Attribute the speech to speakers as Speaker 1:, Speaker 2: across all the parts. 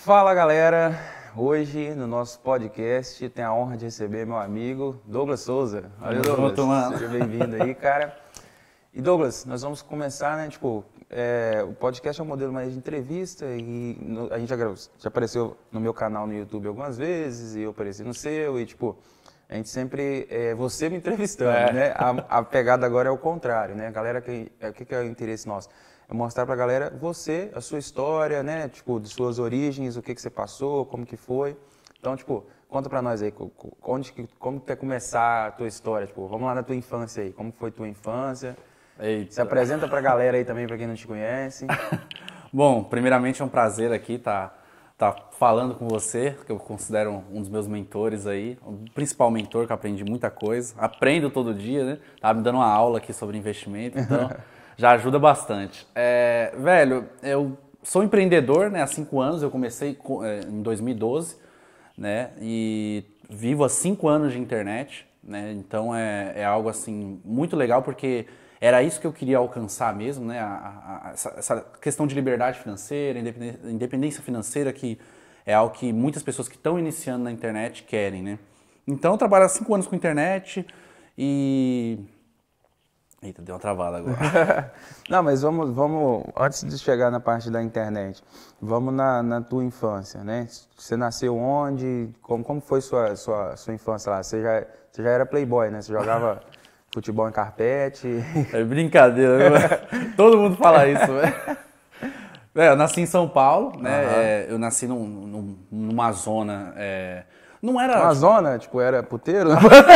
Speaker 1: Fala galera, hoje no nosso podcast tem a honra de receber meu amigo Douglas Souza. Valeu, Douglas, seja bem-vindo aí, cara. E Douglas, nós vamos começar, né, o podcast é um modelo mais de entrevista e a gente já apareceu no meu canal no YouTube algumas vezes e eu apareci no seu e a gente sempre, você me entrevistando, né? A pegada agora é o contrário, né? Galera, o que é o interesse nosso? É mostrar pra galera você, a sua história, né? De suas origens, o que você passou, como que foi. Então, conta pra nós aí, como que vai começar a tua história? Vamos lá na tua infância aí, como foi tua infância?
Speaker 2: Eita.
Speaker 1: Se apresenta pra galera aí também, pra quem não te conhece.
Speaker 2: Bom, primeiramente é um prazer aqui tá falando com você, que eu considero um dos meus mentores aí, o principal mentor, que eu aprendi muita coisa, aprendo todo dia, né? Tá me dando uma aula aqui sobre investimento, então já ajuda bastante. Velho, eu sou empreendedor, né? Há 5 anos, eu comecei em 2012, né? E vivo há 5 anos de internet, né? Então é algo assim muito legal, porque era isso que eu queria alcançar mesmo, né? Essa questão de liberdade financeira, independência financeira, que é algo que muitas pessoas que estão iniciando na internet querem, né? Então eu trabalho há 5 anos com internet e... Eita, deu uma travada agora.
Speaker 1: Não, mas vamos, antes de chegar na parte da internet, vamos na tua infância, né? Você nasceu onde? Como foi sua infância lá? Você já era playboy, né? Você jogava futebol em carpete?
Speaker 2: É brincadeira, né? Todo mundo fala isso, velho. Eu nasci em São Paulo, né? Eu nasci numa zona... Não era...
Speaker 1: Uma zona? Era puteiro?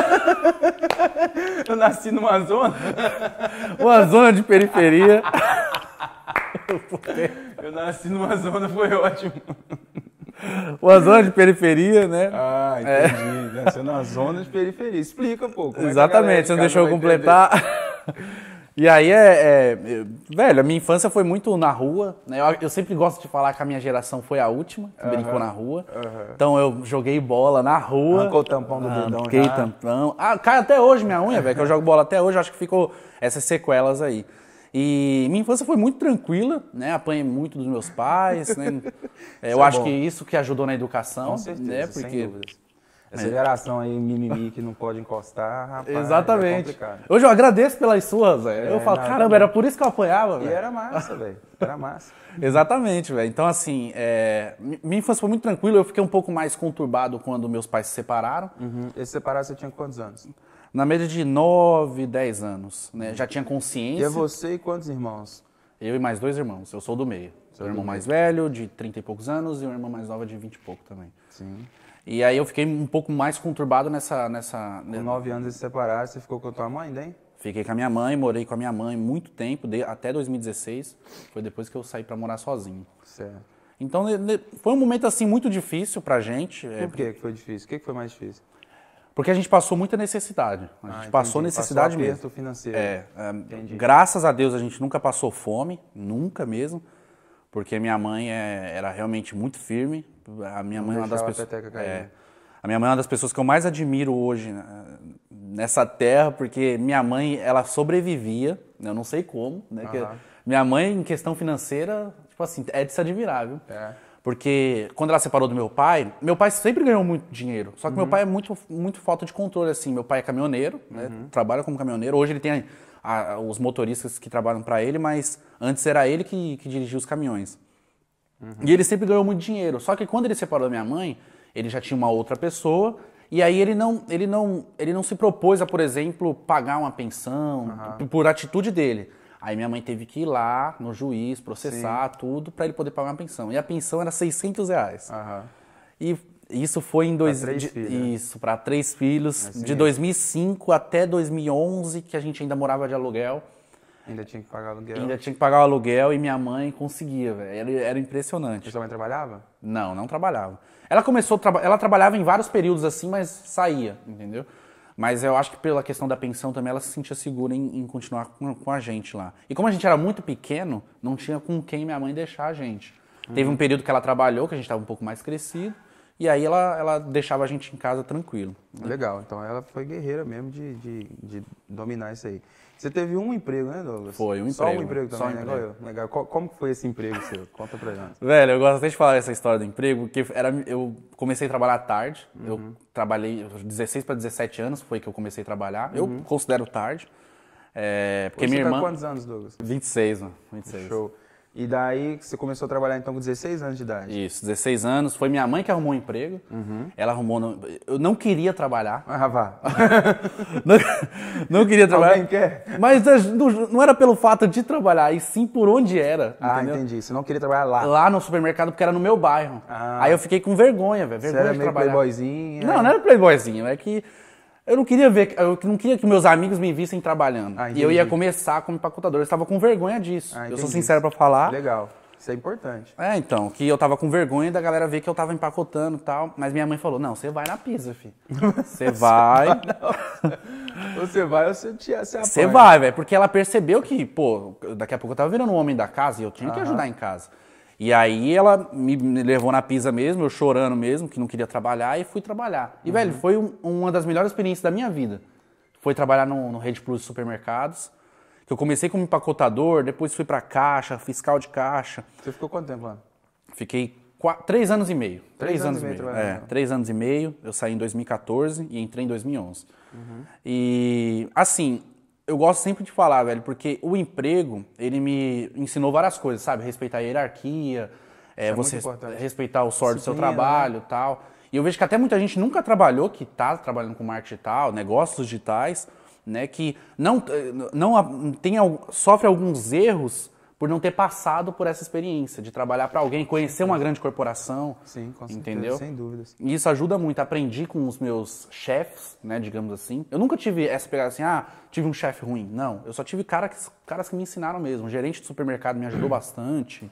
Speaker 1: Eu nasci numa zona.
Speaker 2: Uma zona de periferia.
Speaker 1: Eu nasci numa zona, foi ótimo.
Speaker 2: Uma zona de periferia, né?
Speaker 1: Ah, entendi. Nasceu na zona de periferia. Explica um pouco.
Speaker 2: Exatamente, você não deixou eu completar. E aí, velho, a minha infância foi muito na rua, né? Eu sempre gosto de falar que a minha geração foi a última que brincou na rua. Então eu joguei bola na rua.
Speaker 1: Arrancou o tampão do dedão
Speaker 2: Arranquei tampão. Cai até hoje minha unha, velho, que eu jogo bola até hoje, acho que ficou essas sequelas aí. E minha infância foi muito tranquila, né? Apanhei muito dos meus pais, né? Eu acho que isso que ajudou na educação,
Speaker 1: com certeza,
Speaker 2: né?
Speaker 1: Sem
Speaker 2: Porque
Speaker 1: dúvidas. Essa geração aí, mimimi, que não pode encostar, rapaz,
Speaker 2: exatamente.
Speaker 1: é complicado.
Speaker 2: Hoje eu agradeço pelas suas, velho. Eu falo, caramba, era por isso que eu apanhava, velho.
Speaker 1: E era massa, velho. Era massa.
Speaker 2: Exatamente, velho. Então, assim, minha infância foi muito tranquila. Eu fiquei um pouco mais conturbado quando meus pais se separaram.
Speaker 1: Esse separado você tinha quantos anos?
Speaker 2: Na média de 9, 10 anos, né? Já tinha consciência.
Speaker 1: E é você e quantos irmãos?
Speaker 2: Eu e mais 2 irmãos. Eu sou do meio. Sou o irmão mais velho, de 30 e poucos anos, e uma irmã mais nova, de 20 e pouco também.
Speaker 1: Sim.
Speaker 2: E aí eu fiquei um pouco mais conturbado nessa...
Speaker 1: Com 9 anos de se separaram, você ficou com a tua mãe, né?
Speaker 2: Fiquei com a minha mãe, morei com a minha mãe muito tempo, até 2016. Foi depois que eu saí pra morar sozinho.
Speaker 1: Certo.
Speaker 2: Então foi um momento assim muito difícil pra gente.
Speaker 1: Por que foi difícil? O que foi mais difícil?
Speaker 2: Porque a gente passou muita necessidade. A gente passou necessidade
Speaker 1: passou
Speaker 2: mesmo.
Speaker 1: financeiro. Entendi.
Speaker 2: Graças a Deus a gente nunca passou fome, nunca mesmo. Porque minha mãe era realmente muito firme. A minha mãe é uma das pessoas. A minha mãe é uma das pessoas que eu mais admiro hoje nessa terra, porque minha mãe, ela sobrevivia, eu não sei como, né? Minha mãe, em questão financeira, é de se admirar, viu? Porque quando ela separou do meu pai sempre ganhou muito dinheiro. Só que meu pai é muito falta de controle, assim. Meu pai é caminhoneiro, né? Trabalha como caminhoneiro. Hoje ele tem os motoristas que trabalham para ele, mas antes era ele que dirigia os caminhões. E ele sempre ganhou muito dinheiro. Só que quando ele separou da minha mãe, ele já tinha uma outra pessoa, e aí ele não se propôs a, por exemplo, pagar uma pensão por atitude dele. Aí minha mãe teve que ir lá no juiz, processar tudo, para ele poder pagar uma pensão. E a pensão era R$600. E isso foi em para 3 filhos, de 2005 até 2011, que a gente ainda morava de aluguel.
Speaker 1: Ainda tinha que pagar aluguel.
Speaker 2: Ainda tinha que pagar o aluguel e minha mãe conseguia, velho. Era impressionante.
Speaker 1: E sua mãe trabalhava?
Speaker 2: Não trabalhava. Ela trabalhava em vários períodos assim, mas saía, entendeu? Mas eu acho que pela questão da pensão também ela se sentia segura em continuar com a gente lá. E como a gente era muito pequeno, não tinha com quem minha mãe deixar a gente. Teve um período que ela trabalhou, que a gente estava um pouco mais crescido, E aí ela deixava a gente em casa tranquilo.
Speaker 1: Né? Legal, então ela foi guerreira mesmo de dominar isso aí. Você teve um emprego, né, Douglas?
Speaker 2: Foi, um emprego.
Speaker 1: Só um emprego também, né? Igual eu. Legal. Como que foi esse emprego seu? Conta pra gente.
Speaker 2: Velho, eu gosto até de falar essa história do emprego, porque eu comecei a trabalhar tarde. Eu trabalhei 16 para 17 anos, foi que eu comecei a trabalhar. Eu considero tarde. Porque minha irmã...
Speaker 1: Você tá quantos anos, Douglas?
Speaker 2: 26, mano. 26.
Speaker 1: Show. E daí você começou a trabalhar então com 16 anos de idade?
Speaker 2: Isso, 16 anos. Foi minha mãe que arrumou um emprego. Ela arrumou... Eu não queria trabalhar.
Speaker 1: Ah, vá.
Speaker 2: não queria trabalhar.
Speaker 1: Alguém quer?
Speaker 2: Mas não era pelo fato de trabalhar, e sim por onde era.
Speaker 1: Ah, entendeu? Entendi. Você não queria trabalhar lá?
Speaker 2: Lá no supermercado, porque era no meu bairro. Aí eu fiquei com vergonha, velho. Vergonha
Speaker 1: você era
Speaker 2: de
Speaker 1: meio
Speaker 2: trabalhar.
Speaker 1: playboyzinho?
Speaker 2: Não era playboyzinho. É que... Eu não queria que meus amigos me vissem trabalhando. E eu ia começar como empacotador. Eu estava com vergonha disso. Eu sou sincero pra falar.
Speaker 1: Legal. Isso é importante.
Speaker 2: Então, que eu tava com vergonha da galera ver que eu tava empacotando e tal. Mas minha mãe falou, não, você vai na pizza, filho. Você vai...
Speaker 1: Você vai ou você apanha.
Speaker 2: Você vai, velho. Porque ela percebeu que, pô, daqui a pouco eu tava virando um homem da casa e eu tinha que ajudar em casa. E aí ela me levou na pizza mesmo, eu chorando mesmo, que não queria trabalhar, e fui trabalhar. E, velho, foi uma das melhores experiências da minha vida. Foi trabalhar no Rede Plus de supermercados, que eu comecei como empacotador, depois fui pra caixa, fiscal de caixa.
Speaker 1: Você ficou quanto tempo lá?
Speaker 2: Fiquei 3 anos e meio.
Speaker 1: 3 anos e meio.
Speaker 2: 3 anos e meio. Eu saí em 2014 e entrei em 2011. E, assim... Eu gosto sempre de falar, velho, porque o emprego, ele me ensinou várias coisas, sabe? Respeitar a hierarquia, você respeitar o suor do seu trabalho e tal. E eu vejo que até muita gente nunca trabalhou, que tá trabalhando com marketing digital, negócios digitais, né? Que sofre alguns erros por não ter passado por essa experiência de trabalhar para alguém, conhecer uma grande corporação.
Speaker 1: Sim, com certeza,
Speaker 2: entendeu?
Speaker 1: Sem dúvidas.
Speaker 2: E isso ajuda muito. Aprendi com os meus chefes, né, digamos assim. Eu nunca tive essa pegada assim, tive um chefe ruim. Não, eu só tive caras que me ensinaram mesmo. O gerente de supermercado me ajudou bastante.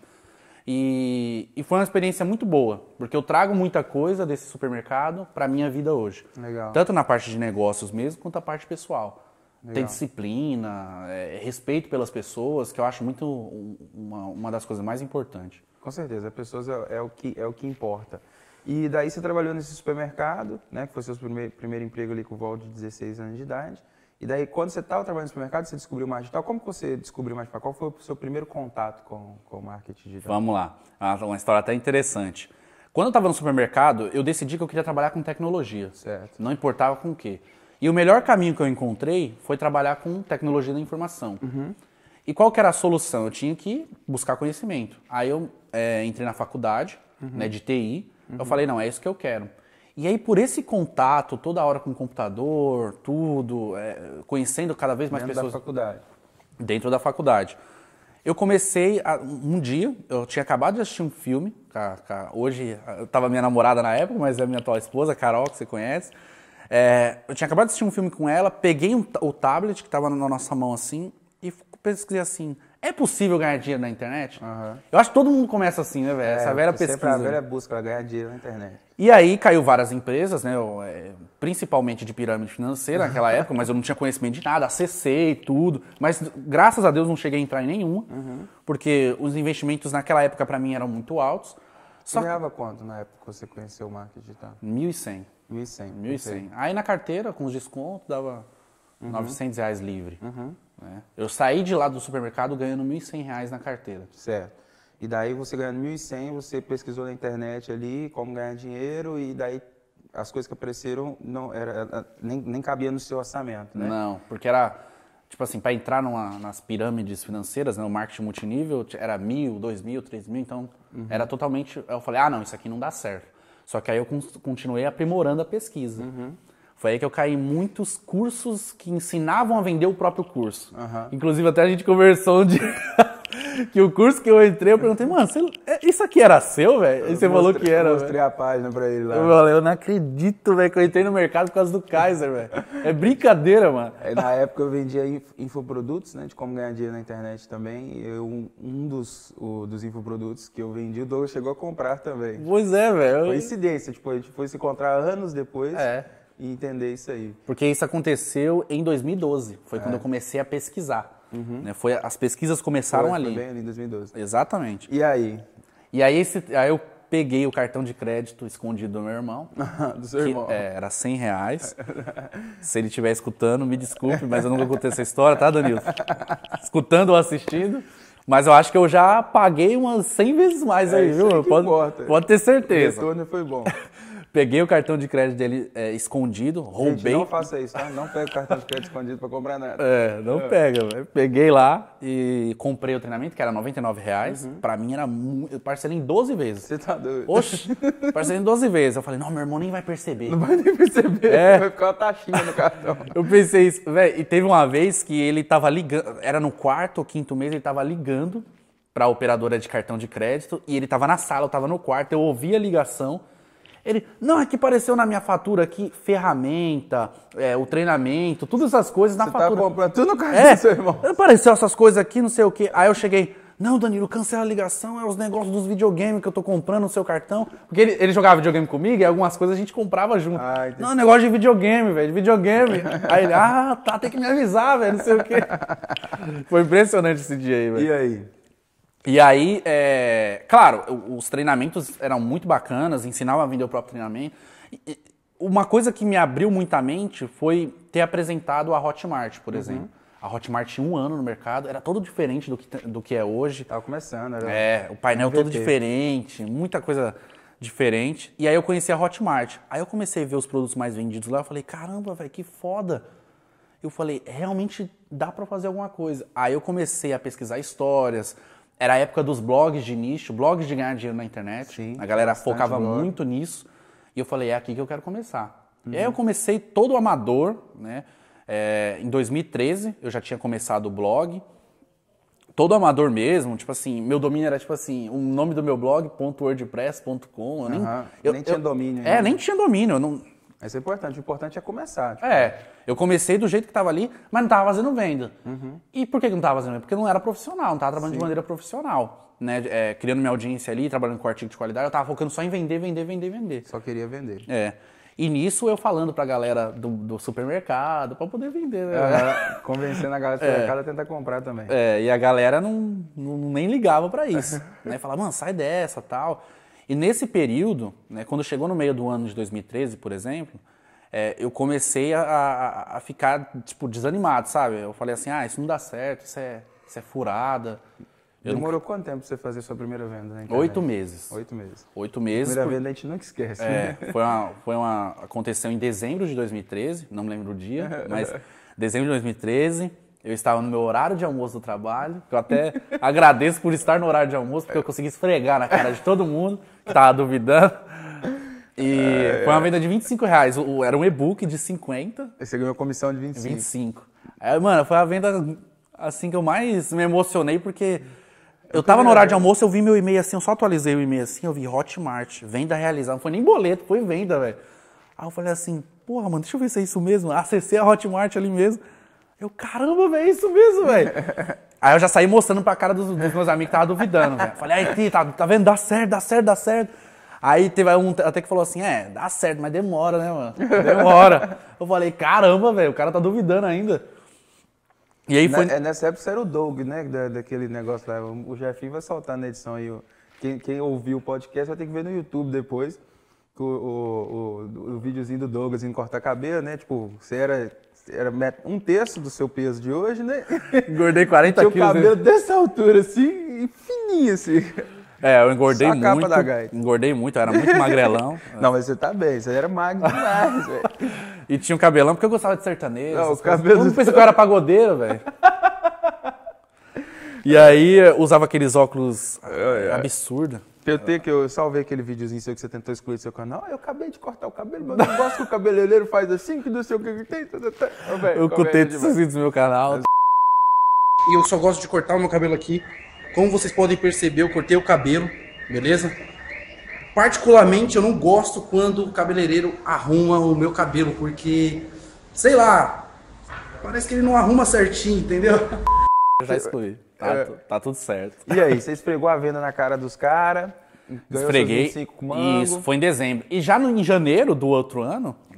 Speaker 2: E foi uma experiência muito boa, porque eu trago muita coisa desse supermercado para minha vida hoje.
Speaker 1: Legal.
Speaker 2: Tanto na parte de negócios mesmo, quanto a parte pessoal.
Speaker 1: Legal.
Speaker 2: Ter disciplina, respeito pelas pessoas, que eu acho muito uma das coisas mais importantes.
Speaker 1: Com certeza, as pessoas é o que importa. E daí você trabalhou nesse supermercado, né, que foi seu primeiro emprego ali com volta de 16 anos de idade. E daí, quando você estava trabalhando no supermercado, você descobriu marketing digital. Como que você descobriu marketing digital? Qual foi o seu primeiro contato com o marketing digital?
Speaker 2: Vamos lá, uma história até interessante. Quando eu estava no supermercado, eu decidi que eu queria trabalhar com tecnologia.
Speaker 1: Certo.
Speaker 2: Não importava com o quê. E o melhor caminho que eu encontrei foi trabalhar com tecnologia da informação. E qual que era a solução? Eu tinha que buscar conhecimento. Aí eu entrei na faculdade, né, de TI. Eu falei, não, é isso que eu quero. E aí, por esse contato, toda hora com o computador, tudo, conhecendo cada vez mais pessoas...
Speaker 1: Dentro da faculdade.
Speaker 2: Dentro da faculdade. Eu comecei, um dia, eu tinha acabado de assistir um filme, hoje, eu estava minha namorada na época, mas é a minha atual esposa, Carol, que você conhece. Eu tinha acabado de assistir um filme com ela, peguei o tablet que estava na nossa mão assim e pesquisei assim, é possível ganhar dinheiro na internet? Eu acho que todo mundo começa assim, né, velho? Essa velha pesquisa.
Speaker 1: Sempre a velha busca para ganhar dinheiro na internet.
Speaker 2: E aí caiu várias empresas, né, principalmente de pirâmide financeira naquela época, mas eu não tinha conhecimento de nada, acessei tudo, mas graças a Deus não cheguei a entrar em nenhuma, porque os investimentos naquela época para mim eram muito altos.
Speaker 1: Você ganhava quanto na época que você conheceu o marketing digital?
Speaker 2: 1.100.
Speaker 1: 1.100.
Speaker 2: Aí na carteira, com os descontos, dava R$900 livre. Né? Eu saí de lá do supermercado ganhando R$1.100 na carteira.
Speaker 1: Certo. E daí você ganhando 1.100, você pesquisou na internet ali como ganhar dinheiro e daí as coisas que apareceram nem cabia no seu orçamento, né?
Speaker 2: Não, porque era, tipo assim, para entrar nas pirâmides financeiras, né, no marketing multinível, era 1.000, 2.000, 3.000, então era totalmente... Eu falei, não, isso aqui não dá certo. Só que aí eu continuei aprimorando a pesquisa. Foi aí que eu caí em muitos cursos que ensinavam a vender o próprio curso. Inclusive até a gente conversou um dia que o curso que eu entrei, eu perguntei, mano, isso aqui era seu, velho? E você falou que era.
Speaker 1: Eu mostrei a página pra ele lá.
Speaker 2: Eu falei, eu não acredito, velho, que eu entrei no mercado por causa do Kaiser, velho. É brincadeira, mano.
Speaker 1: Na época eu vendia infoprodutos, né, de como ganhar dinheiro na internet também. Um dos infoprodutos que eu vendi, o Douglas chegou a comprar também.
Speaker 2: Pois é, velho.
Speaker 1: Coincidência, tipo, a gente foi se encontrar anos depois. E entender isso aí.
Speaker 2: Porque isso aconteceu em 2012, foi quando eu comecei a pesquisar. Né? As pesquisas começaram ali.
Speaker 1: Foi bem ali em 2012.
Speaker 2: Exatamente.
Speaker 1: E aí?
Speaker 2: E aí eu peguei o cartão de crédito escondido do meu irmão.
Speaker 1: Do seu irmão.
Speaker 2: Era R$100. Se ele estiver escutando, me desculpe, mas eu nunca contei essa história, tá, Danilo? Escutando ou assistindo. Mas eu acho que eu já paguei umas 100 vezes mais aí, viu? Pode ter certeza.
Speaker 1: O retorno foi bom.
Speaker 2: Peguei o cartão de crédito dele escondido, roubei.
Speaker 1: Gente, não faça isso, tá? Não pega o cartão de crédito escondido pra comprar nada.
Speaker 2: Não pega, velho. Peguei lá e comprei o treinamento, que era R$99. Pra mim era muito... Eu parcelei em 12 vezes.
Speaker 1: Você tá doido?
Speaker 2: Oxi, parcelei em 12 vezes. Eu falei, não, meu irmão nem vai perceber.
Speaker 1: Não vai nem perceber, vai ficar uma taxinha no cartão.
Speaker 2: Eu pensei isso, velho. E teve uma vez que ele tava ligando, era no 4º ou 5º mês, ele tava ligando pra operadora de cartão de crédito e ele tava na sala, eu tava no quarto, eu ouvi a ligação. Ele, não, é que apareceu na minha fatura aqui, ferramenta, o treinamento, todas essas coisas na fatura. Você
Speaker 1: tá comprando tudo no cartão do seu irmão.
Speaker 2: Apareceu essas coisas aqui, não sei o quê. Aí eu cheguei, não, Danilo, cancela a ligação, é os negócios dos videogames que eu tô comprando no seu cartão. Porque ele jogava videogame comigo e algumas coisas a gente comprava junto. Não, negócio de videogame, velho, de videogame. Aí ele, tá, tem que me avisar, velho, não sei o quê. Foi impressionante esse dia aí, velho.
Speaker 1: E aí?
Speaker 2: E aí, claro, os treinamentos eram muito bacanas, ensinava a vender o próprio treinamento. E uma coisa que me abriu muita mente foi ter apresentado a Hotmart, por exemplo. A Hotmart tinha 1 ano no mercado, era todo diferente do que é hoje.
Speaker 1: Tava começando,
Speaker 2: o painel todo diferente, muita coisa diferente. E aí eu conheci a Hotmart. Aí eu comecei a ver os produtos mais vendidos lá, eu falei, caramba, velho, que foda. Eu falei, realmente dá pra fazer alguma coisa. Aí eu comecei a pesquisar histórias. Era a época dos blogs de nicho, blogs de ganhar dinheiro na internet.
Speaker 1: Sim,
Speaker 2: a galera focava muito nisso. E eu falei, é aqui que eu quero começar. E aí eu comecei todo amador, né? Em 2013, eu já tinha começado o blog. Todo amador mesmo, tipo assim, meu domínio era tipo assim, o nome do meu blog, .wordpress.com.
Speaker 1: Eu nem tinha domínio. Ainda.
Speaker 2: Nem tinha domínio. Eu não...
Speaker 1: Isso é importante, o importante é começar. Tipo.
Speaker 2: Eu comecei do jeito que estava ali, mas não estava fazendo venda. E por que não estava fazendo venda? Porque eu não era profissional, não estava trabalhando de maneira profissional. Né? Criando minha audiência ali, trabalhando com artigo de qualidade, eu estava focando só em vender.
Speaker 1: Só queria vender.
Speaker 2: E nisso eu falando pra galera do supermercado, pra poder vender. Né?
Speaker 1: Convencendo a galera do supermercado a tentar comprar também.
Speaker 2: E a galera nem ligava pra isso. Né? Falava, mano, sai dessa, tal. E nesse período, né, quando chegou no meio do ano de 2013, por exemplo, eu comecei a ficar, tipo, desanimado, sabe? Eu falei assim, isso não dá certo, isso é furada.
Speaker 1: Demorou quanto tempo pra você fazer sua primeira venda na internet?
Speaker 2: 8 meses.
Speaker 1: 8 meses.
Speaker 2: 8 meses.
Speaker 1: Primeira venda a gente nunca esquece.
Speaker 2: Aconteceu em dezembro de 2013, não me lembro o dia, mas dezembro de 2013... Eu estava no meu horário de almoço do trabalho, que eu até agradeço por estar no horário de almoço, porque eu consegui esfregar na cara de todo mundo que estava duvidando. E foi uma venda de R$25. Era um e-book de 50.
Speaker 1: Você ganhou comissão de 25.
Speaker 2: 25. Mano, foi a venda assim que eu mais me emocionei, porque eu tava no horário de almoço, eu vi meu e-mail assim, eu só atualizei o e-mail assim, eu vi Hotmart, venda realizada. Não foi nem boleto, foi venda, velho. Aí eu falei assim, porra, mano, deixa eu ver se é isso mesmo. Acessei a Hotmart ali mesmo. Eu, caramba, velho, é isso mesmo, velho. Aí eu já saí mostrando pra cara dos meus amigos que estavam duvidando, velho. Falei, aí, tá vendo? Dá certo. Aí teve um até que falou assim, dá certo, mas demora, né, mano? Demora. Eu falei, caramba, velho, o cara tá duvidando ainda. E aí foi...
Speaker 1: Nessa época você era o Doug, né, daquele negócio lá. O Jefinho vai soltar na edição aí. Quem ouviu o podcast vai ter que ver no YouTube depois. O videozinho do Douglas em cortar cabelo, né? Tipo, você era 1/3 do seu peso de hoje, né?
Speaker 2: Engordei 40 quilos.
Speaker 1: Tinha o cabelo dessa altura, assim, e fininho, assim.
Speaker 2: Eu engordei muito.
Speaker 1: Só a capa da gaita.
Speaker 2: Engordei muito, eu era muito magrelão.
Speaker 1: Não, mas você tá bem, você era magro demais, velho.
Speaker 2: E tinha um cabelão porque eu gostava de sertanejo.
Speaker 1: Não, o cabelo...
Speaker 2: Eu pensei que eu era pagodeiro, velho. E aí, eu usava aqueles óculos absurdos.
Speaker 1: Eu salvei aquele videozinho seu que você tentou excluir do seu canal. Eu acabei de cortar o cabelo, mas eu não gosto que o cabeleireiro faz assim, que não sei o que tem.
Speaker 2: Eu cutei todos os vídeos do meu canal.
Speaker 3: E eu só gosto de cortar o meu cabelo aqui. Como vocês podem perceber, eu cortei o cabelo, beleza? Particularmente, eu não gosto quando o cabeleireiro arruma o meu cabelo, porque, sei lá, parece que ele não arruma certinho, entendeu?
Speaker 2: Eu já excluí. Tá tudo certo.
Speaker 1: E aí, você esfregou a venda na cara dos caras?
Speaker 2: Esfreguei. Isso, foi em dezembro. E já em janeiro do outro ano, né?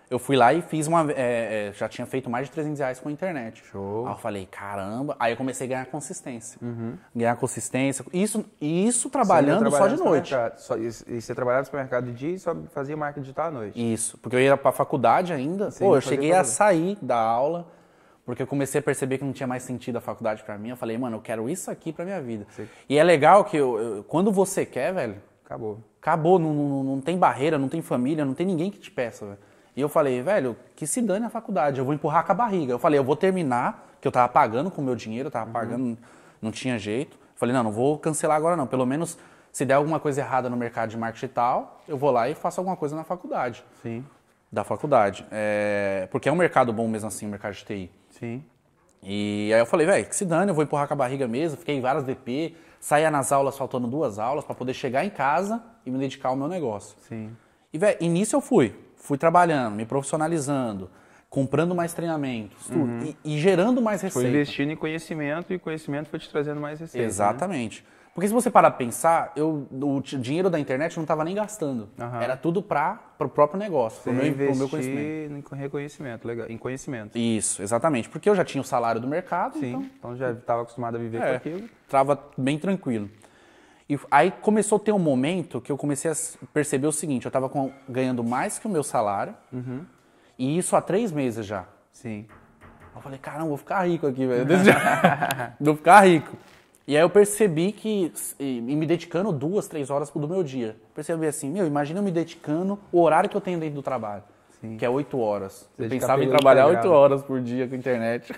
Speaker 2: eu fui lá e fiz já tinha feito mais de R$300 com a internet.
Speaker 1: Show.
Speaker 2: Aí eu falei, caramba. Aí eu comecei a ganhar consistência. Ganhar consistência. Isso trabalhando só de noite.
Speaker 1: E você trabalhava no supermercado de dia e só fazia marketing digital à noite?
Speaker 2: Isso, porque eu ia pra faculdade ainda.
Speaker 1: Sim,
Speaker 2: eu cheguei a sair da aula, porque eu comecei a perceber que não tinha mais sentido a faculdade pra mim. Eu falei, mano, eu quero isso aqui pra minha vida. Sim. E é legal que quando você quer, velho... Acabou, não tem barreira, não tem família, não tem ninguém que te peça, velho. E eu falei, velho, que se dane a faculdade, eu vou empurrar com a barriga. Eu falei, eu vou terminar, que eu tava pagando com o meu dinheiro, eu tava pagando, não tinha jeito. Eu falei, não vou cancelar agora não, pelo menos se der alguma coisa errada no mercado de marketing e tal, eu vou lá e faço alguma coisa na faculdade.
Speaker 1: Sim.
Speaker 2: Da faculdade. Porque é um mercado bom mesmo assim, o mercado de TI.
Speaker 1: Sim.
Speaker 2: E aí eu falei, velho, que se dane, eu vou empurrar com a barriga mesmo, fiquei em várias DP, saía nas aulas faltando 2 aulas pra poder chegar em casa e me dedicar ao meu negócio.
Speaker 1: Sim.
Speaker 2: E, velho, início eu fui trabalhando, me profissionalizando, comprando mais treinamentos, tudo, e gerando mais receita.
Speaker 1: Foi investindo em conhecimento e o conhecimento foi te trazendo mais receita.
Speaker 2: Exatamente. Né? Porque se você parar pra pensar, o dinheiro da internet eu não estava nem gastando. Era tudo para o próprio negócio, para o meu conhecimento.
Speaker 1: Em reconhecimento, legal, em conhecimento.
Speaker 2: Isso, exatamente. Porque eu já tinha o salário do mercado.
Speaker 1: Sim, então já estava acostumado a viver com aquilo.
Speaker 2: Estava bem tranquilo. E aí começou a ter um momento que eu comecei a perceber o seguinte, eu estava ganhando mais que o meu salário, e isso há 3 meses já.
Speaker 1: Sim.
Speaker 2: Eu falei, caramba, vou ficar rico aqui, velho. Vou ficar rico. E aí eu percebi que, me dedicando 2, 3 horas do meu dia, percebi assim, imagina eu me dedicando o horário que eu tenho dentro do trabalho, que é 8 horas. Eu pensava em trabalhar 8 horas por dia com a internet.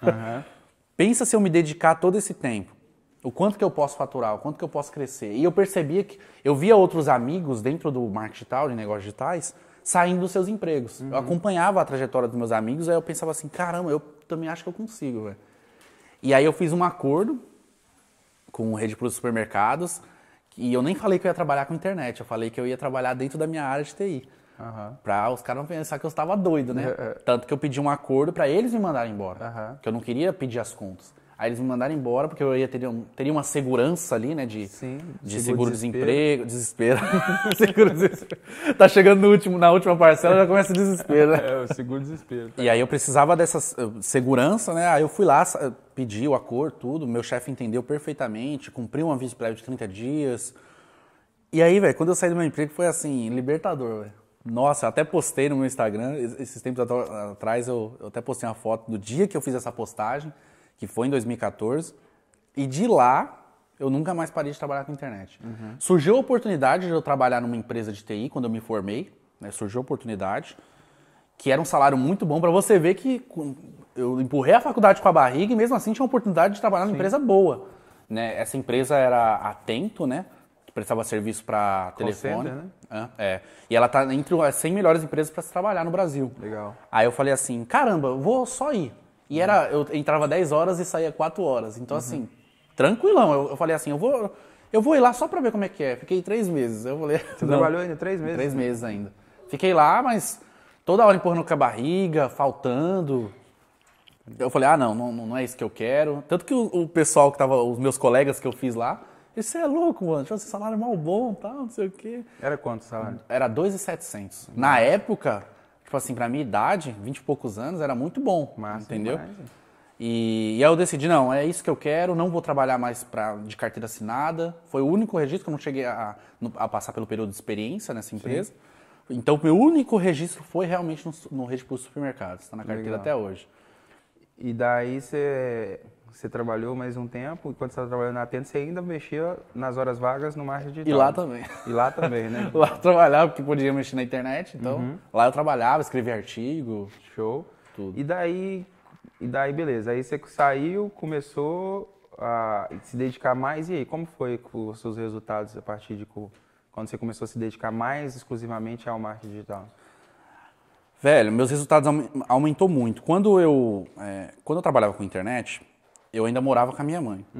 Speaker 2: Pensa se eu me dedicar todo esse tempo. O quanto que eu posso faturar, o quanto que eu posso crescer. E eu percebia que eu via outros amigos dentro do marketing digital, de negócios digitais, saindo dos seus empregos. Eu acompanhava a trajetória dos meus amigos, aí eu pensava assim, caramba, eu também acho que eu consigo, velho. E aí eu fiz um acordo com o Rede Plus Supermercados, e eu nem falei que eu ia trabalhar com internet, eu falei que eu ia trabalhar dentro da minha área de TI. Pra os caras não pensar que eu estava doido, né? Tanto que eu pedi um acordo pra eles me mandarem embora. Que eu não queria pedir as contas. Aí eles me mandaram embora, porque eu teria uma segurança ali, né, de seguro-desemprego, desespero. Seguro-desespero. Tá chegando na última parcela, já começa o desespero, né?
Speaker 1: O seguro-desespero.
Speaker 2: Tá? E aí eu precisava dessa segurança, né, aí eu fui lá, pedi o acordo, tudo, meu chefe entendeu perfeitamente, cumpriu um aviso prévio de 30 dias. E aí, velho, quando eu saí do meu emprego, foi assim, libertador, velho. Nossa, eu até postei no meu Instagram, esses tempos atrás, eu até postei uma foto do dia que eu fiz essa postagem, que foi em 2014, e de lá eu nunca mais parei de trabalhar com internet. Surgiu a oportunidade de eu trabalhar numa empresa de TI quando eu me formei, né? Surgiu a oportunidade, que era um salário muito bom para você ver que eu empurrei a faculdade com a barriga e mesmo assim tinha a oportunidade de trabalhar numa empresa boa. Né? Essa empresa era Atento, né? Que prestava serviço para telefone.
Speaker 1: Center, né?
Speaker 2: E ela tá entre as 100 melhores empresas para se trabalhar no Brasil.
Speaker 1: Legal.
Speaker 2: Aí eu falei assim, caramba, eu vou só ir. E eu entrava 10 horas e saía 4 horas. Então, assim, tranquilão. Eu falei assim, eu vou ir lá só pra ver como é que é. Fiquei 3 meses. Eu falei,
Speaker 1: Você trabalhou ainda 3 meses?
Speaker 2: 3 meses ainda. Fiquei lá, mas toda hora empurrando com a barriga, faltando. Eu falei, não é isso que eu quero. Tanto que o pessoal que tava, os meus colegas que eu fiz lá, você é louco, mano. Esse salário é mal bom, tal, não sei o quê.
Speaker 1: Era quanto o salário?
Speaker 2: Era 2.700. Na época... Tipo assim, pra minha idade, 20 e poucos anos, era muito bom, entendeu? Demais. E aí eu decidi, não, é isso que eu quero, não vou trabalhar mais de carteira assinada. Foi o único registro que eu não cheguei a passar pelo período de experiência nessa empresa. Sim. Então, meu único registro foi realmente no Rede Plus Supermercados, está na carteira até hoje.
Speaker 1: E daí você trabalhou mais um tempo, enquanto você estava trabalhando na Atento, você ainda mexia nas horas vagas no marketing digital.
Speaker 2: E lá também.
Speaker 1: E lá também, né?
Speaker 2: Lá eu trabalhava, porque podia mexer na internet, então lá eu trabalhava, escrevia artigo.
Speaker 1: Show.
Speaker 2: Tudo.
Speaker 1: E daí, beleza. Aí você saiu, começou a se dedicar mais, e aí, como foi os seus resultados a partir de quando você começou a se dedicar mais exclusivamente ao marketing digital?
Speaker 2: Velho, meus resultados aumentou muito. Quando eu trabalhava com internet, eu ainda morava com a minha mãe.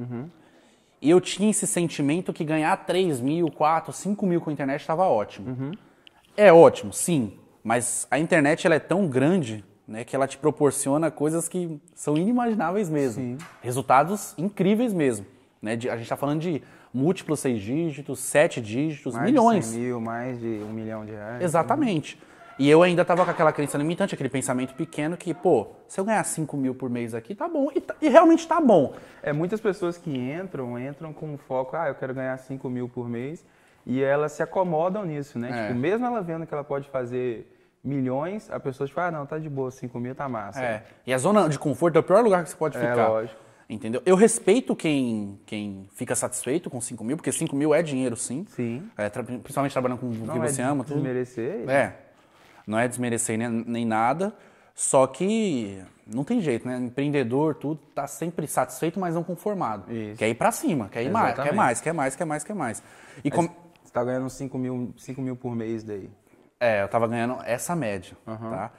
Speaker 2: E eu tinha esse sentimento que ganhar 3 mil, 4, 5 mil com a internet estava ótimo. É ótimo, sim, mas a internet ela é tão grande, né, que ela te proporciona coisas que são inimagináveis mesmo. Sim. Resultados incríveis mesmo. Né? A gente está falando de múltiplos 6 dígitos, 7 dígitos,
Speaker 1: mais
Speaker 2: milhões.
Speaker 1: De 100 mil, mais de R$1 milhão.
Speaker 2: Exatamente. E eu ainda tava com aquela crença limitante, aquele pensamento pequeno que, pô, se eu ganhar 5 mil por mês aqui, tá bom. E realmente tá bom.
Speaker 1: Muitas pessoas que entram com o foco, eu quero ganhar 5 mil por mês, e elas se acomodam nisso, né? Tipo, mesmo ela vendo que ela pode fazer milhões, a pessoa fala, não, tá de boa, 5 mil tá massa.
Speaker 2: E a zona de conforto é o pior lugar que você pode ficar.
Speaker 1: Lógico.
Speaker 2: Entendeu? Eu respeito quem fica satisfeito com 5 mil, porque 5 mil é dinheiro, sim.
Speaker 1: Sim.
Speaker 2: Principalmente trabalhando com o que você ama. Tudo.
Speaker 1: Desmerecer.
Speaker 2: Não é desmerecer nem nada, só que não tem jeito, né? Empreendedor, tudo, tá sempre satisfeito, mas não conformado.
Speaker 1: Isso.
Speaker 2: Quer ir pra cima, quer ir mais, quer mais. E
Speaker 1: você tá ganhando 5 mil por mês daí.
Speaker 2: Eu tava ganhando essa média, tá?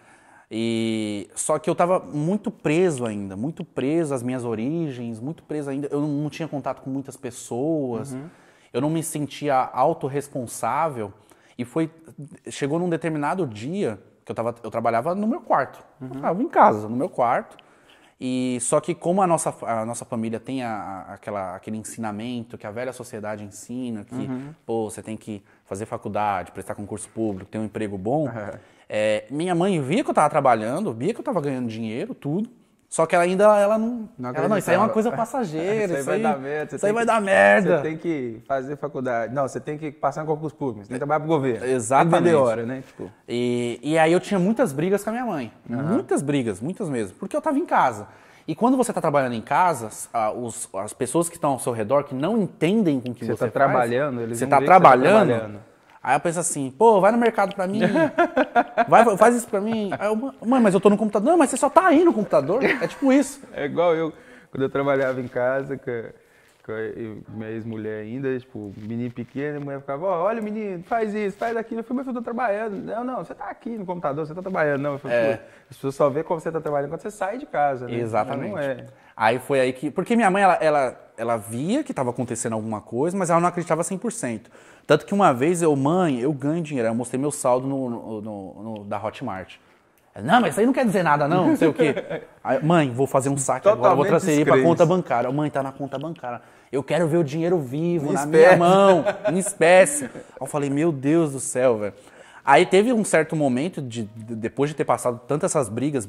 Speaker 2: Só que eu tava muito preso ainda, muito preso às minhas origens, muito preso ainda. Eu não tinha contato com muitas pessoas, eu não me sentia autorresponsável. E chegou num determinado dia que eu trabalhava no meu quarto. Eu tava em casa, no meu quarto. E só que como a nossa família tem aquele ensinamento que a velha sociedade ensina, que pô, você tem que fazer faculdade, prestar concurso público, ter um emprego bom, minha mãe via que eu estava trabalhando, via que eu estava ganhando dinheiro, tudo. Só que ela não, isso aí é uma coisa passageira,
Speaker 1: isso aí vai dar merda.
Speaker 2: Isso aí vai dar merda.
Speaker 1: Você tem que fazer faculdade. Não, você tem que passar em concurso público, você tem que trabalhar pro governo.
Speaker 2: Exatamente.
Speaker 1: Tem que vender hora, né? Tipo.
Speaker 2: E aí eu tinha muitas brigas com a minha mãe. Muitas brigas, muitas mesmo. Porque eu estava em casa. E quando você está trabalhando em casa, as pessoas que estão ao seu redor, que não entendem com o que você
Speaker 1: está
Speaker 2: faz...
Speaker 1: trabalhando, eles
Speaker 2: você
Speaker 1: vão
Speaker 2: está
Speaker 1: ver que você tá
Speaker 2: trabalhando. Aí eu penso assim, pô, vai no mercado pra mim, faz isso pra mim. Aí eu, mãe, mas eu tô no computador. Não, mas você só tá aí no computador. É tipo isso.
Speaker 1: É igual eu, quando eu trabalhava em casa, com minha ex-mulher ainda, tipo, menino pequeno, a mulher ficava, olha o menino, faz isso, faz aquilo. Eu falei, mas eu tô trabalhando. Não, você tá aqui no computador, você tá trabalhando. Não, eu falei, as pessoas só vê como você tá trabalhando quando você sai de casa, né?
Speaker 2: Exatamente.
Speaker 1: Não é.
Speaker 2: Aí foi aí que... Porque minha mãe, ela via que estava acontecendo alguma coisa, mas ela não acreditava 100%. Tanto que uma vez eu ganho dinheiro. Aí eu mostrei meu saldo da Hotmart. Não, mas isso aí não quer dizer nada não sei o quê. Aí, mãe, vou fazer um saque agora, vou transferir para conta bancária. Mãe, tá na conta bancária. Eu quero ver o dinheiro vivo na minha mão, em espécie. Aí eu falei, meu Deus do céu, velho. Aí teve um certo momento, depois de ter passado tantas essas brigas,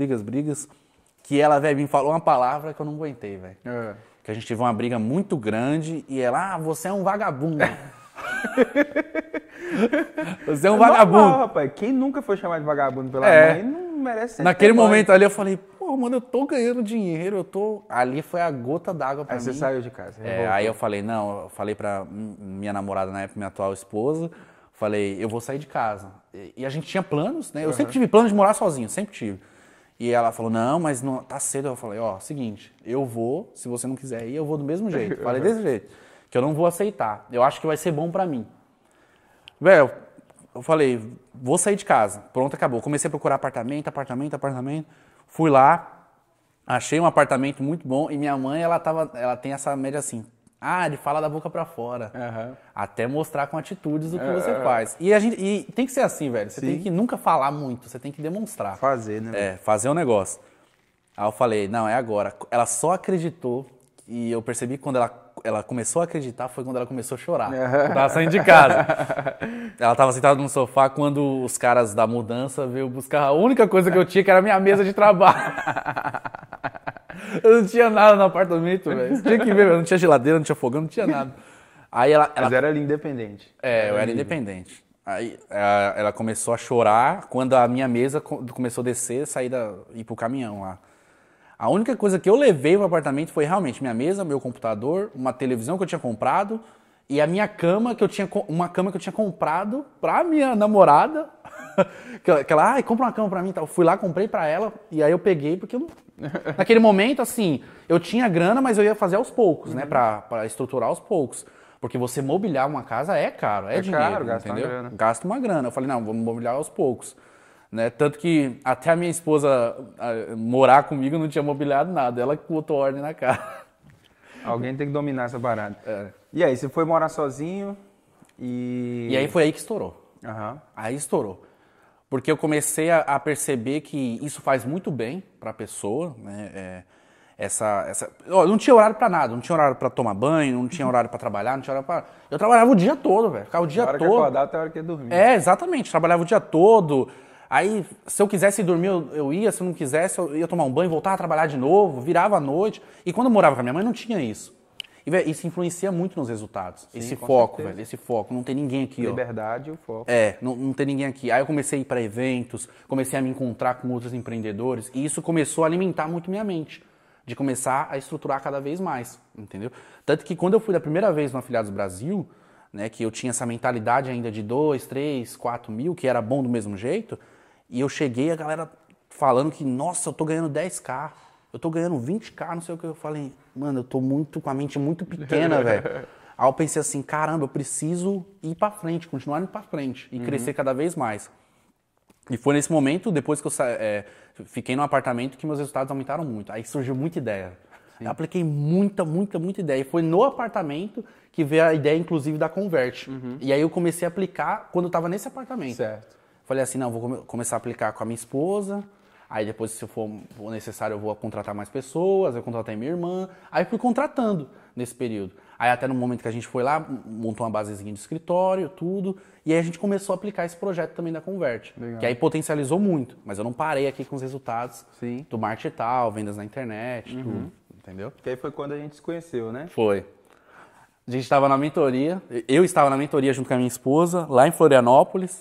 Speaker 2: que ela, velho, me falou uma palavra que eu não aguentei, velho. Que a gente teve uma briga muito grande e ela, você é um vagabundo. Você é um vagabundo.
Speaker 1: Normal, rapaz. Quem nunca foi chamado de vagabundo pela mãe não merece ser.
Speaker 2: Naquele momento ali eu falei, pô, mano, eu tô ganhando dinheiro, Ali foi a gota d'água pra mim.
Speaker 1: Aí você saiu de casa.
Speaker 2: Aí eu falei, eu falei pra minha namorada na época, minha atual esposa, falei, eu vou sair de casa. E a gente tinha planos, né? Eu sempre tive plano de morar sozinho, sempre tive. E ela falou, não, mas não, tá cedo. Eu falei, seguinte, eu vou, se você não quiser ir, eu vou do mesmo jeito. Falei desse jeito, que eu não vou aceitar. Eu acho que vai ser bom pra mim. Velho, eu falei, vou sair de casa. Pronto, acabou. Comecei a procurar apartamento. Fui lá, achei um apartamento muito bom e minha mãe, ela tem essa média assim, de falar da boca pra fora. Até mostrar com atitudes o que você faz. E tem que ser assim, velho. Você tem que nunca falar muito, você tem que demonstrar.
Speaker 1: Fazer, né?
Speaker 2: Fazer um negócio. Aí eu falei, não, é agora. Ela só acreditou e eu percebi que quando ela começou a acreditar foi quando ela começou a chorar. Eu tava saindo de casa. Ela tava sentada no sofá quando os caras da mudança veio buscar a única coisa que eu tinha, que era a minha mesa de trabalho. Eu não tinha nada no apartamento, velho. Você tinha que ver, não tinha geladeira, não tinha fogão, não tinha nada. Aí
Speaker 1: Mas era ali independente.
Speaker 2: Eu era independente. Aí ela começou a chorar quando a minha mesa começou a descer, ir pro caminhão lá. A única coisa que eu levei pro apartamento foi realmente minha mesa, meu computador, uma televisão que eu tinha comprado e a minha cama, uma cama que eu tinha comprado pra minha namorada. que ela, compra uma cama pra mim. Eu fui lá, comprei pra ela e aí eu peguei porque naquele momento, assim, eu tinha grana, mas eu ia fazer aos poucos, né? Pra estruturar aos poucos. Porque você mobiliar uma casa é caro, é dinheiro,
Speaker 1: caro,
Speaker 2: entendeu? Gasta uma grana. Eu falei, não, vamos mobiliar aos poucos. Né? Tanto que até a minha esposa morar comigo não tinha mobiliado nada. Ela que botou ordem na casa.
Speaker 1: Alguém tem que dominar essa parada. E aí, você foi morar sozinho
Speaker 2: e aí foi aí que estourou. Aí estourou. Porque eu comecei a perceber que isso faz muito bem pra pessoa, né? Eu não tinha horário pra nada, não tinha horário pra tomar banho, não tinha horário pra trabalhar, não tinha horário pra... Eu trabalhava o dia todo, velho, ficava o dia todo.
Speaker 1: Ficava o dia todo. Até a hora que ia dormir.
Speaker 2: Exatamente, trabalhava o dia todo, Aí, se eu quisesse dormir, eu ia. Se eu não quisesse, eu ia tomar um banho, voltava a trabalhar de novo, virava à noite. E quando eu morava com a minha mãe, não tinha isso. E, velho, isso influencia muito nos resultados. Sim, esse foco, velho, esse foco. Não tem ninguém aqui,
Speaker 1: Liberdade e o foco.
Speaker 2: Não tem ninguém aqui. Aí eu comecei a ir para eventos, comecei a me encontrar com outros empreendedores. E isso começou a alimentar muito minha mente. De começar a estruturar cada vez mais, entendeu? Tanto que quando eu fui da primeira vez no Afiliados Brasil, né, que eu tinha essa mentalidade ainda de 2, 3, 4 mil, que era bom do mesmo jeito, e eu cheguei, a galera falando que, nossa, eu tô ganhando 10k, eu tô ganhando 20k, não sei o que. Eu falei, mano, eu tô com a mente muito pequena, velho. Aí eu pensei assim, caramba, eu preciso ir pra frente, continuar indo pra frente e crescer cada vez mais. E foi nesse momento, depois que eu fiquei num apartamento, que meus resultados aumentaram muito. Aí surgiu muita ideia. Eu apliquei muita ideia. E foi no apartamento que veio a ideia, inclusive, da Convert. E aí eu comecei a aplicar quando eu estava nesse apartamento.
Speaker 1: Certo.
Speaker 2: Falei assim, não, vou começar a aplicar com a minha esposa. Aí depois, se for necessário, eu vou contratar mais pessoas. Eu contratei minha irmã. Aí fui contratando nesse período. Aí até no momento que a gente foi lá, montou uma basezinha de escritório, tudo. E aí a gente começou a aplicar esse projeto também da Convert. Legal. Que aí potencializou muito. Mas eu não parei aqui com os resultados do marketing e tal, vendas na internet, tudo. Entendeu?
Speaker 1: Que aí foi quando a gente se conheceu, né?
Speaker 2: Foi. A gente estava na mentoria. Eu estava na mentoria junto com a minha esposa, lá em Florianópolis.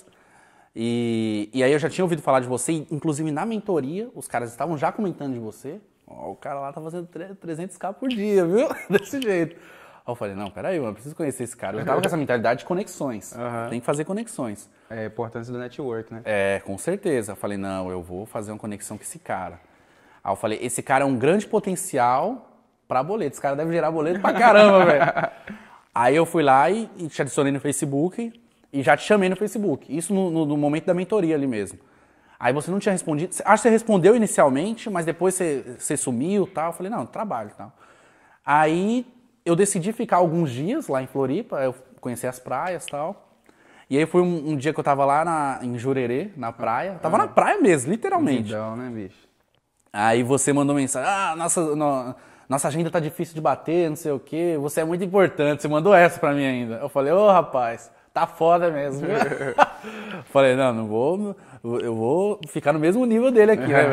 Speaker 2: E aí eu já tinha ouvido falar de você. Inclusive na mentoria, os caras estavam já comentando de você. Ó, o cara lá tá fazendo 300k por dia, viu? Desse jeito. Aí eu falei, não, peraí, mano, eu preciso conhecer esse cara. Eu tava com essa mentalidade de conexões. Tem que fazer conexões.
Speaker 1: É a importância do network, né?
Speaker 2: Com certeza. Eu falei, não, eu vou fazer uma conexão com esse cara. Aí eu falei, esse cara é um grande potencial pra boleto. Esse cara deve gerar boleto pra caramba, velho. Aí eu fui lá e te adicionei no Facebook e já te chamei no Facebook. Isso no momento da mentoria ali mesmo. Aí você não tinha respondido. Acho que você respondeu inicialmente, mas depois você sumiu e tal. Eu falei, não, trabalho e tal. Aí eu decidi ficar alguns dias lá em Floripa, eu conheci as praias e tal. E aí foi um dia que eu tava lá em Jurerê, na praia. Tava na praia mesmo, literalmente.
Speaker 1: Legal, né, bicho?
Speaker 2: Aí você mandou mensagem, nossa agenda tá difícil de bater, não sei o quê, você é muito importante, você mandou essa pra mim ainda. Eu falei, ô rapaz, tá foda mesmo. Falei, não vou, eu vou ficar no mesmo nível dele aqui, né,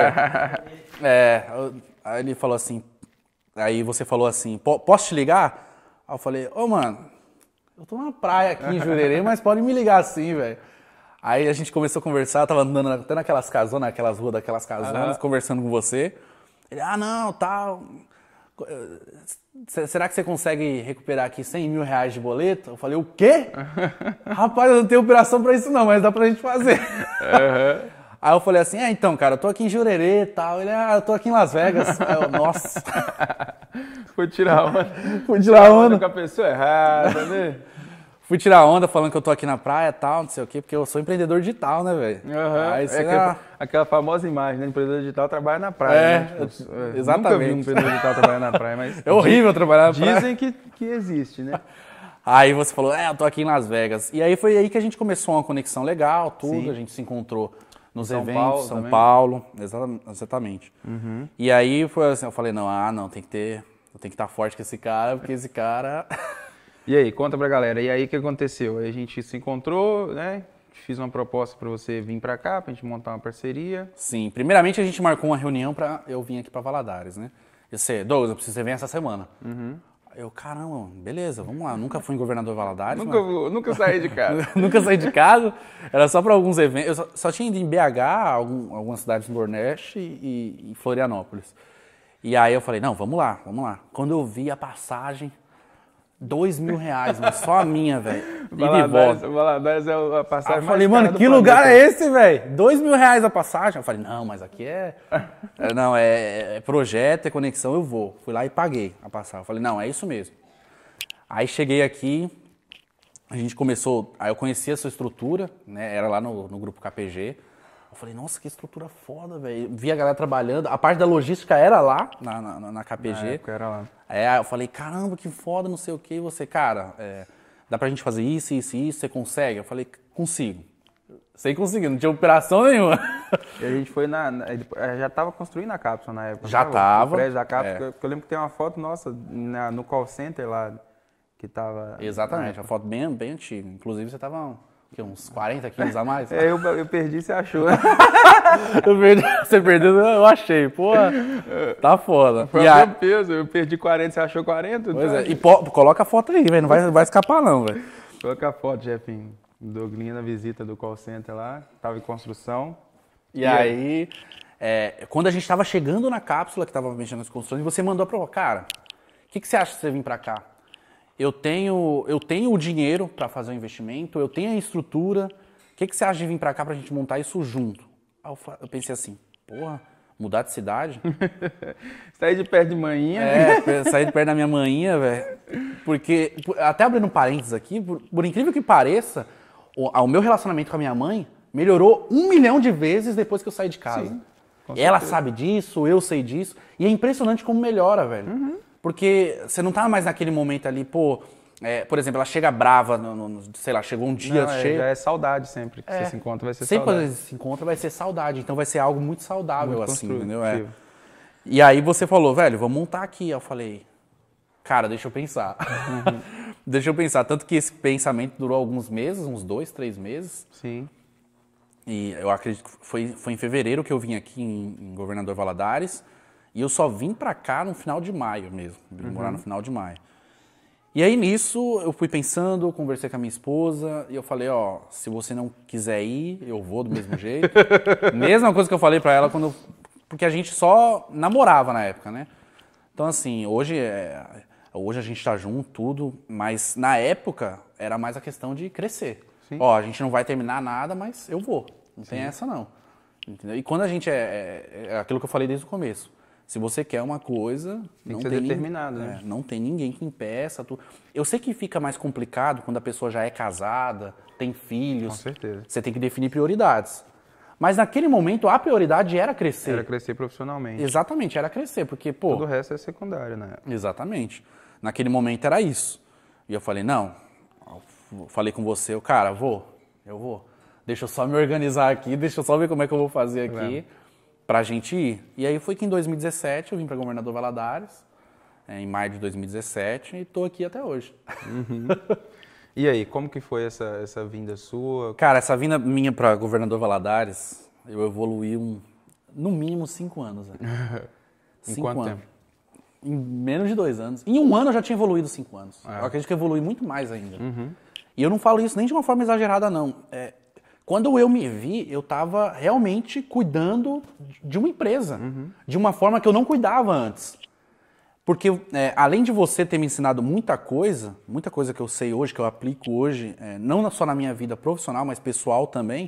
Speaker 2: velho? Aí ele falou assim, aí você falou assim, posso te ligar? Aí eu falei, mano, eu tô na praia aqui em Jurerê, mas pode me ligar assim, velho. Aí a gente começou a conversar, eu tava andando até naquelas casonas, aquelas ruas daquelas casonas, conversando com você. Ele, não, tal. Será que você consegue recuperar aqui 100 mil reais de boleto? Eu falei, o quê? Rapaz, eu não tenho operação pra isso não, mas dá pra gente fazer. Aí eu falei assim, então, cara, eu tô aqui em Jurerê e tal. Ele, eu tô aqui em Las Vegas. Aí eu, nossa.
Speaker 1: Fui tirar onda.
Speaker 2: Fui tirar onda
Speaker 1: com a pessoa errada, né?
Speaker 2: Fui tirar onda falando que eu tô aqui na praia e tal, não sei o quê, porque eu sou empreendedor digital, né, velho?
Speaker 1: Aí aquela famosa imagem, né? Empreendedor digital trabalha na praia, né? Tipo,
Speaker 2: exatamente.
Speaker 1: Nunca vi um empreendedor digital trabalhar na praia, mas...
Speaker 2: É horrível trabalhar na praia.
Speaker 1: Dizem que existe, né?
Speaker 2: Aí você falou, eu tô aqui em Las Vegas. E aí foi aí que a gente começou uma conexão legal, tudo, a gente se encontrou nos eventos, São Paulo, exatamente. E aí foi assim, eu falei, não, tem que estar forte com esse cara, porque esse cara...
Speaker 1: E aí, conta pra galera, e aí o que aconteceu? Aí a gente se encontrou, né? Fiz uma proposta pra você vir pra cá, pra gente montar uma parceria.
Speaker 2: Sim, primeiramente a gente marcou uma reunião pra eu vir aqui pra Valadares, né? Eu sei, Douglas, eu preciso que você venha essa semana. Eu, caramba, beleza, vamos lá. Nunca fui em Governador Valadares.
Speaker 1: Nunca saí de casa.
Speaker 2: Nunca saí de casa, era só pra alguns eventos. Eu só tinha ido em BH, algumas cidades do Nordeste e Florianópolis. E aí eu falei, não, vamos lá. Quando eu vi a passagem... 2 mil reais, mas só a minha, velho.
Speaker 1: Valadares é a passagem mais cara.
Speaker 2: Eu falei, mano, que lugar é esse, velho? 2 mil reais a passagem. Eu falei, não, mas aqui é projeto, é conexão, eu vou. Fui lá e paguei a passagem. Eu falei, não, é isso mesmo. Aí cheguei aqui, a gente começou, aí eu conheci a sua estrutura, né? Era lá no grupo KPG. Eu falei, nossa, que estrutura foda, velho. Vi a galera trabalhando, a parte da logística era lá, na KPG.
Speaker 1: Na época era lá.
Speaker 2: Eu falei, caramba, que foda, não sei o que. E você, cara, dá pra gente fazer isso, você consegue? Eu falei, consigo. Sem conseguir, não tinha operação nenhuma.
Speaker 1: E a gente foi já tava construindo a cápsula na época.
Speaker 2: Já tava.
Speaker 1: O prédio da cápsula, eu lembro que tem uma foto nossa no call center lá, que tava...
Speaker 2: Exatamente, uma foto bem antiga. Inclusive você tava uns 40 quilos a mais?
Speaker 1: Eu perdi, você achou.
Speaker 2: Você perdeu, eu achei. Pô, tá foda.
Speaker 1: Foi o meu peso, eu perdi 40, você achou 40?
Speaker 2: Pois é. E coloca a foto aí, velho, não vai escapar não, velho.
Speaker 1: Coloca a foto, Jefinho. Douglinha na visita do call center lá, tava em construção.
Speaker 2: E aí, quando a gente tava chegando na cápsula, que tava mexendo nas construções, você mandou pra cara, o que você acha de você vir pra cá? Eu tenho o dinheiro para fazer o investimento, eu tenho a estrutura. O que você acha de vir para cá para a gente montar isso junto? Aí eu pensei assim, porra, mudar de cidade?
Speaker 1: Sair de perto de manhinha.
Speaker 2: Sair de perto da minha manhinha, velho. Porque, até abrindo um parênteses aqui, por incrível que pareça, o meu relacionamento com a minha mãe melhorou 1 milhão de vezes depois que eu saí de casa.
Speaker 1: Sim,
Speaker 2: ela sabe disso, eu sei disso. E é impressionante como melhora, velho.
Speaker 1: Uhum.
Speaker 2: Porque você não tá mais naquele momento ali, por exemplo, ela chega brava, sei lá, chegou um dia cheio.
Speaker 1: Já é saudade sempre que você se encontra, vai ser
Speaker 2: sempre
Speaker 1: saudade.
Speaker 2: Sempre quando você se encontra vai ser saudade, então vai ser algo muito saudável,
Speaker 1: muito
Speaker 2: assim, entendeu?
Speaker 1: E
Speaker 2: aí você falou, velho, vamos montar aqui. Eu falei, cara, deixa eu pensar. Deixa eu pensar. Tanto que esse pensamento durou alguns meses, uns 2, 3 meses.
Speaker 1: Sim.
Speaker 2: E eu acredito que foi em fevereiro que eu vim aqui em Governador Valadares. E eu só vim pra cá no final de maio mesmo. Vim morar no final de maio. E aí nisso eu fui pensando, conversei com a minha esposa e eu falei, se você não quiser ir, eu vou do mesmo jeito. Mesma coisa que eu falei pra ela porque a gente só namorava na época, né? Então assim, hoje a gente tá junto, tudo, mas na época era mais a questão de crescer.
Speaker 1: Sim.
Speaker 2: A gente não vai terminar nada, mas eu vou. Não tem essa não. Entendeu? E quando a gente é aquilo que eu falei desde o começo. Se você quer uma coisa,
Speaker 1: tem que ser determinado, né?
Speaker 2: Não tem ninguém que impeça. Eu sei que fica mais complicado quando a pessoa já é casada, tem filhos.
Speaker 1: Com certeza.
Speaker 2: Você tem que definir prioridades. Mas naquele momento a prioridade era crescer.
Speaker 1: Era crescer profissionalmente.
Speaker 2: Exatamente, era crescer, porque,
Speaker 1: Todo o resto é secundário, né?
Speaker 2: Exatamente. Naquele momento era isso. E eu falei, não, falei com você, cara, eu vou. Deixa eu só me organizar aqui, deixa eu só ver como é que eu vou fazer aqui. Pra gente ir. E aí foi que em 2017 eu vim pra Governador Valadares, em maio de 2017, e tô aqui até hoje.
Speaker 1: E aí, como que foi essa vinda sua?
Speaker 2: Cara, essa vinda minha pra Governador Valadares, eu evoluí no mínimo 5 anos. Né?
Speaker 1: Em quanto tempo?
Speaker 2: Em menos de 2 anos. Em 1 ano eu já tinha evoluído 5 anos. Eu acredito que eu evolui muito mais ainda. E eu não falo isso nem de uma forma exagerada, não. Quando eu me vi, eu estava realmente cuidando de uma empresa, de uma forma que eu não cuidava antes. Porque além de você ter me ensinado muita coisa que eu sei hoje, que eu aplico hoje, não só na minha vida profissional, mas pessoal também,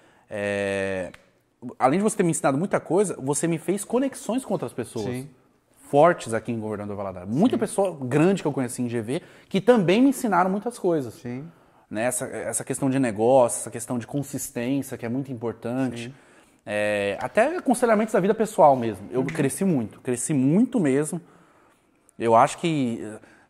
Speaker 2: além de você ter me ensinado muita coisa, você me fez conexões com outras pessoas.
Speaker 1: Sim.
Speaker 2: Fortes aqui em Governador Valadares. Muita pessoa grande que eu conheci em GV, que também me ensinaram muitas coisas.
Speaker 1: Sim.
Speaker 2: Né? Essa questão de negócio, essa questão de consistência, que é muito importante. Até aconselhamentos da vida pessoal mesmo. Eu cresci muito mesmo. Eu acho que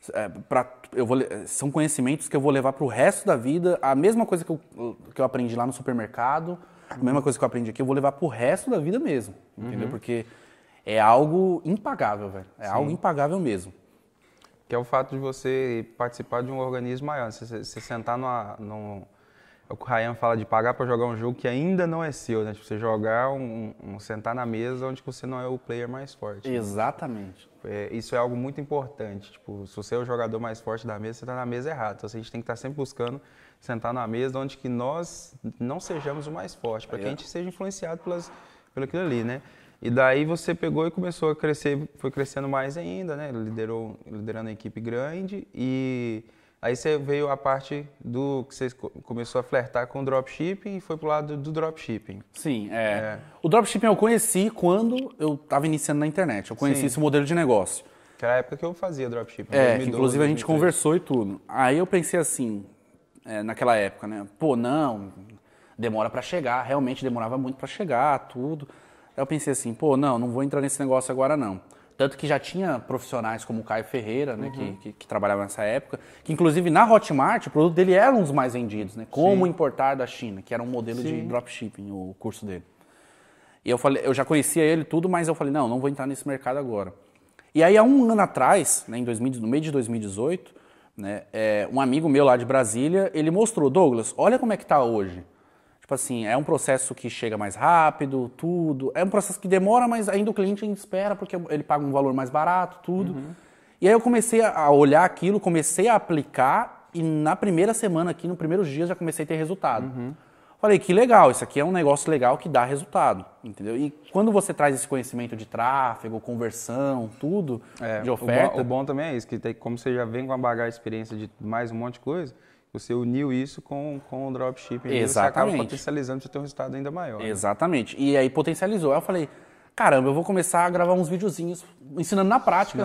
Speaker 2: são conhecimentos que eu vou levar para o resto da vida. A mesma coisa que eu aprendi lá no supermercado, a mesma coisa que eu aprendi aqui, eu vou levar para o resto da vida mesmo. Entendeu? Porque é algo impagável, velho. Algo impagável mesmo.
Speaker 1: Que é o fato de você participar de um organismo maior. Você sentar o que o Ryan fala de pagar para jogar um jogo que ainda não é seu, né? Tipo, você jogar, sentar na mesa onde você não é o player mais forte.
Speaker 2: Exatamente.
Speaker 1: Isso é algo muito importante. Tipo, se você é o jogador mais forte da mesa, você está na mesa errada. Então, a gente tem que estar sempre buscando sentar na mesa onde que nós não sejamos o mais forte, para que a gente seja influenciado pelo aquilo ali, né? E daí você pegou e começou a crescer, foi crescendo mais ainda, né? Liderando a equipe grande e aí você veio a parte do que você começou a flertar com o dropshipping e foi pro lado do dropshipping.
Speaker 2: Sim, O dropshipping eu conheci quando eu estava iniciando na internet. Eu conheci esse modelo de negócio.
Speaker 1: Que era a época que eu fazia dropshipping. 2012,
Speaker 2: inclusive a gente conversou e tudo. Aí eu pensei assim, naquela época, né? Pô, não, demora para chegar. Realmente demorava muito para chegar, tudo. Aí eu pensei assim, não vou entrar nesse negócio agora não. Tanto que já tinha profissionais como o Caio Ferreira, né, que trabalhava nessa época, que inclusive na Hotmart o produto dele era um dos mais vendidos, né? Como importar da China, que era um modelo de dropshipping, o curso dele. E eu já conhecia ele tudo, mas eu falei, não vou entrar nesse mercado agora. E aí há 1 ano atrás, né, no meio de 2018, né? Um amigo meu lá de Brasília, ele mostrou, Douglas, olha como é que tá hoje. Tipo assim, é um processo que chega mais rápido, tudo. É um processo que demora, mas ainda o cliente ainda espera, porque ele paga um valor mais barato, tudo. E aí eu comecei a olhar aquilo, comecei a aplicar, e na primeira semana aqui, no primeiro dia, já comecei a ter resultado. Falei, que legal, isso aqui é um negócio legal que dá resultado, entendeu? E quando você traz esse conhecimento de tráfego, conversão, tudo, de oferta...
Speaker 1: O bom também é isso, que como você já vem com a bagagem de experiência de mais um monte de coisa, você uniu isso com o dropshipping.
Speaker 2: Exatamente.
Speaker 1: Você acaba potencializando para ter um resultado ainda maior.
Speaker 2: Exatamente. Né? E aí potencializou. Aí eu falei, caramba, eu vou começar a gravar uns videozinhos ensinando na prática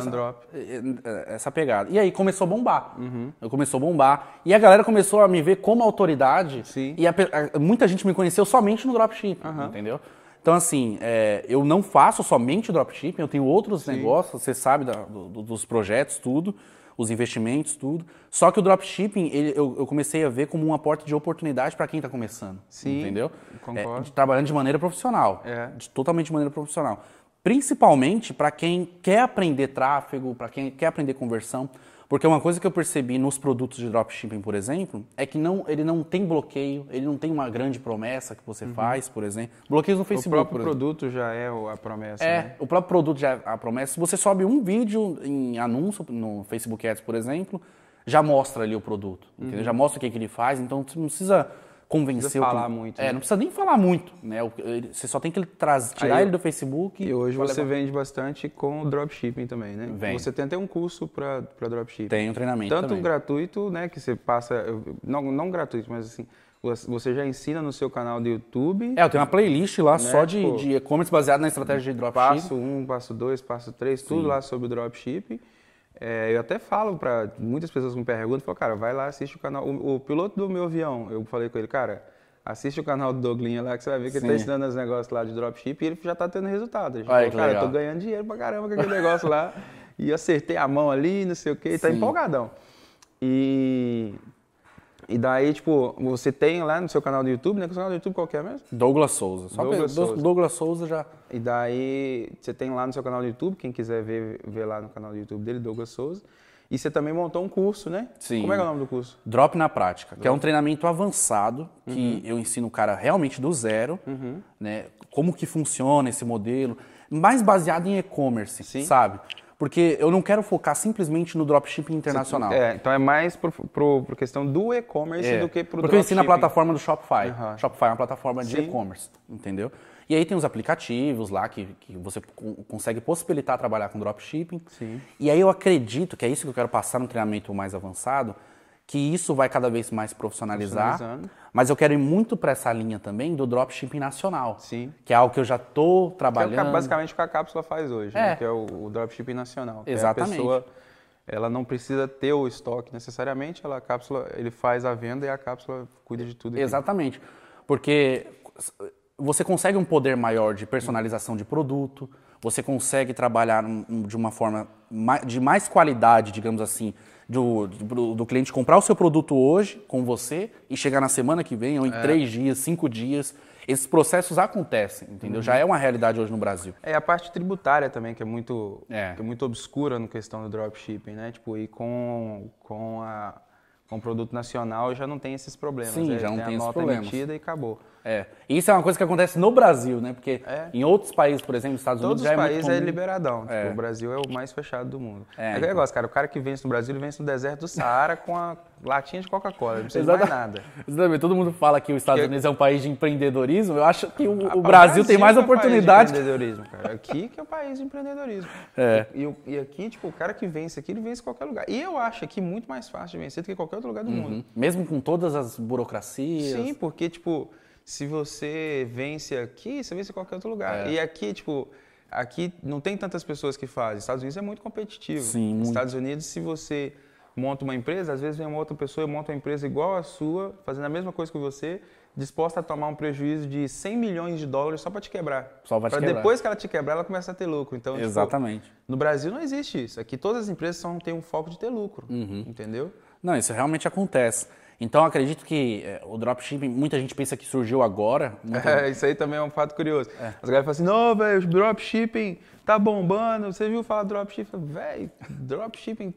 Speaker 2: essa pegada. E aí começou a bombar. Começou a bombar. E a galera começou a me ver como autoridade.
Speaker 1: Sim.
Speaker 2: E muita gente me conheceu somente no dropshipping, entendeu? Então, assim, eu não faço somente dropshipping, eu tenho outros negócios, você sabe dos projetos, tudo, os investimentos, tudo. Só que o dropshipping, eu comecei a ver como uma porta de oportunidade para quem está começando.
Speaker 1: Sim,
Speaker 2: entendeu?
Speaker 1: Concordo.
Speaker 2: Trabalhando de maneira profissional. Totalmente de maneira profissional. Principalmente para quem quer aprender tráfego, para quem quer aprender conversão. Porque uma coisa que eu percebi nos produtos de dropshipping, por exemplo, é que ele não tem bloqueio, ele não tem uma grande promessa que você faz, por exemplo. Bloqueios no Facebook,
Speaker 1: o próprio produto já é a promessa, né?
Speaker 2: O próprio produto já é a promessa. Se você sobe um vídeo em anúncio no Facebook Ads, por exemplo, já mostra ali o produto, entendeu? Já mostra o que ele faz, então você não precisa convencer
Speaker 1: falar muito.
Speaker 2: Não precisa nem falar muito, né? Você só tem que tirar ele do Facebook.
Speaker 1: E hoje você vende bastante com o dropshipping também, né? Você tem até um curso para dropshipping.
Speaker 2: Tem um treinamento
Speaker 1: tanto
Speaker 2: também.
Speaker 1: Gratuito, né? Que você passa, não gratuito, mas assim, você já ensina no seu canal do YouTube.
Speaker 2: Eu tenho uma playlist lá, né? Só de e-commerce baseado na estratégia de dropshipping.
Speaker 1: Passo 1, passo 2, passo 3, tudo lá sobre o dropshipping. Eu até falo para muitas pessoas que me perguntam, falo, cara, vai lá, assiste o canal. O piloto do meu avião, eu falei com ele, cara, assiste o canal do Douglinha lá, que você vai ver que ele tá ensinando os negócios lá de dropshipping e ele já tá tendo resultado. Falou, cara, eu tô ganhando dinheiro pra caramba com aquele negócio lá. E acertei a mão ali, não sei o quê, e tá empolgadão. E daí, tipo, você tem lá no seu canal do YouTube, né? O canal do YouTube qual que é mesmo?
Speaker 2: Douglas Souza. Douglas Souza já...
Speaker 1: E daí, você tem lá no seu canal do YouTube, quem quiser ver lá no canal do YouTube dele, Douglas Souza. E você também montou um curso, né?
Speaker 2: Sim.
Speaker 1: Como é que é o nome do curso?
Speaker 2: Drop na Prática, que é um treinamento avançado, que eu ensino o cara realmente do zero, né? Como que funciona esse modelo, mais baseado em e-commerce, sabe? Porque eu não quero focar simplesmente no dropshipping internacional.
Speaker 1: Então é mais por questão do e-commerce do que pro dropshipping.
Speaker 2: Porque eu ensino a plataforma do Shopify. Shopify é uma plataforma de e-commerce, entendeu? E aí tem os aplicativos lá que você consegue possibilitar trabalhar com dropshipping.
Speaker 1: Sim.
Speaker 2: E aí eu acredito, que é isso que eu quero passar no treinamento mais avançado, que isso vai cada vez mais profissionalizar, mas eu quero ir muito para essa linha também do dropshipping nacional, que é algo que eu já estou trabalhando.
Speaker 1: Que é basicamente o que a Cápsula faz hoje, né? Que é o dropshipping nacional.
Speaker 2: Exatamente.
Speaker 1: A pessoa, ela não precisa ter o estoque necessariamente, a Cápsula, ele faz a venda e a Cápsula cuida de tudo.
Speaker 2: Exatamente, porque você consegue um poder maior de personalização de produto, você consegue trabalhar de uma forma de mais qualidade, digamos assim, do cliente comprar o seu produto hoje com você e chegar na semana que vem, ou em 3 dias, 5 dias. Esses processos acontecem, entendeu? Já é uma realidade hoje no Brasil.
Speaker 1: A parte tributária também, que é muito obscura na questão do dropshipping, né? Tipo, e com o produto nacional já não tem esses problemas.
Speaker 2: Sim, já não tem esses problemas.
Speaker 1: Emitida e acabou.
Speaker 2: E isso é uma coisa que acontece no Brasil, né? Porque em outros países, por exemplo, nos Estados Unidos já é muito comum.
Speaker 1: Todos os países é liberadão. Tipo, o Brasil é o mais fechado do mundo. Aquele negócio, cara, o cara que vence no Brasil, ele vence no deserto do Saara com a latinha de Coca-Cola, não precisa de mais nada.
Speaker 2: Exatamente. Todo mundo fala que os Estados Unidos é um país de empreendedorismo. Eu acho que o Brasil tem mais oportunidade.
Speaker 1: Empreendedorismo, cara. Aqui que é o país de empreendedorismo. E aqui, tipo, o cara que vence aqui, ele vence em qualquer lugar. E eu acho aqui muito mais fácil de vencer do que qualquer outro lugar do mundo.
Speaker 2: Mesmo com todas as burocracias.
Speaker 1: Sim, porque, tipo, se você vence aqui, você vence em qualquer outro lugar. E aqui, tipo, aqui não tem tantas pessoas que fazem. Estados Unidos é muito competitivo.
Speaker 2: Sim, muito.
Speaker 1: Estados Unidos, se você monta uma empresa, às vezes vem uma outra pessoa e monta uma empresa igual a sua, fazendo a mesma coisa que você, disposta a tomar um prejuízo de 100 milhões de dólares só para te quebrar.
Speaker 2: Só para te quebrar.
Speaker 1: Depois que ela te quebrar, ela começa a ter lucro. Então,
Speaker 2: exatamente.
Speaker 1: Tipo, no Brasil não existe isso. Aqui todas as empresas têm um foco de ter lucro, entendeu?
Speaker 2: Não, isso realmente acontece. Então, eu acredito que o dropshipping, muita gente pensa que surgiu agora.
Speaker 1: Isso aí também é um fato curioso. As galera falam assim, não, velho, o dropshipping tá bombando, você viu falar dropshipping? Velho, dropshipping,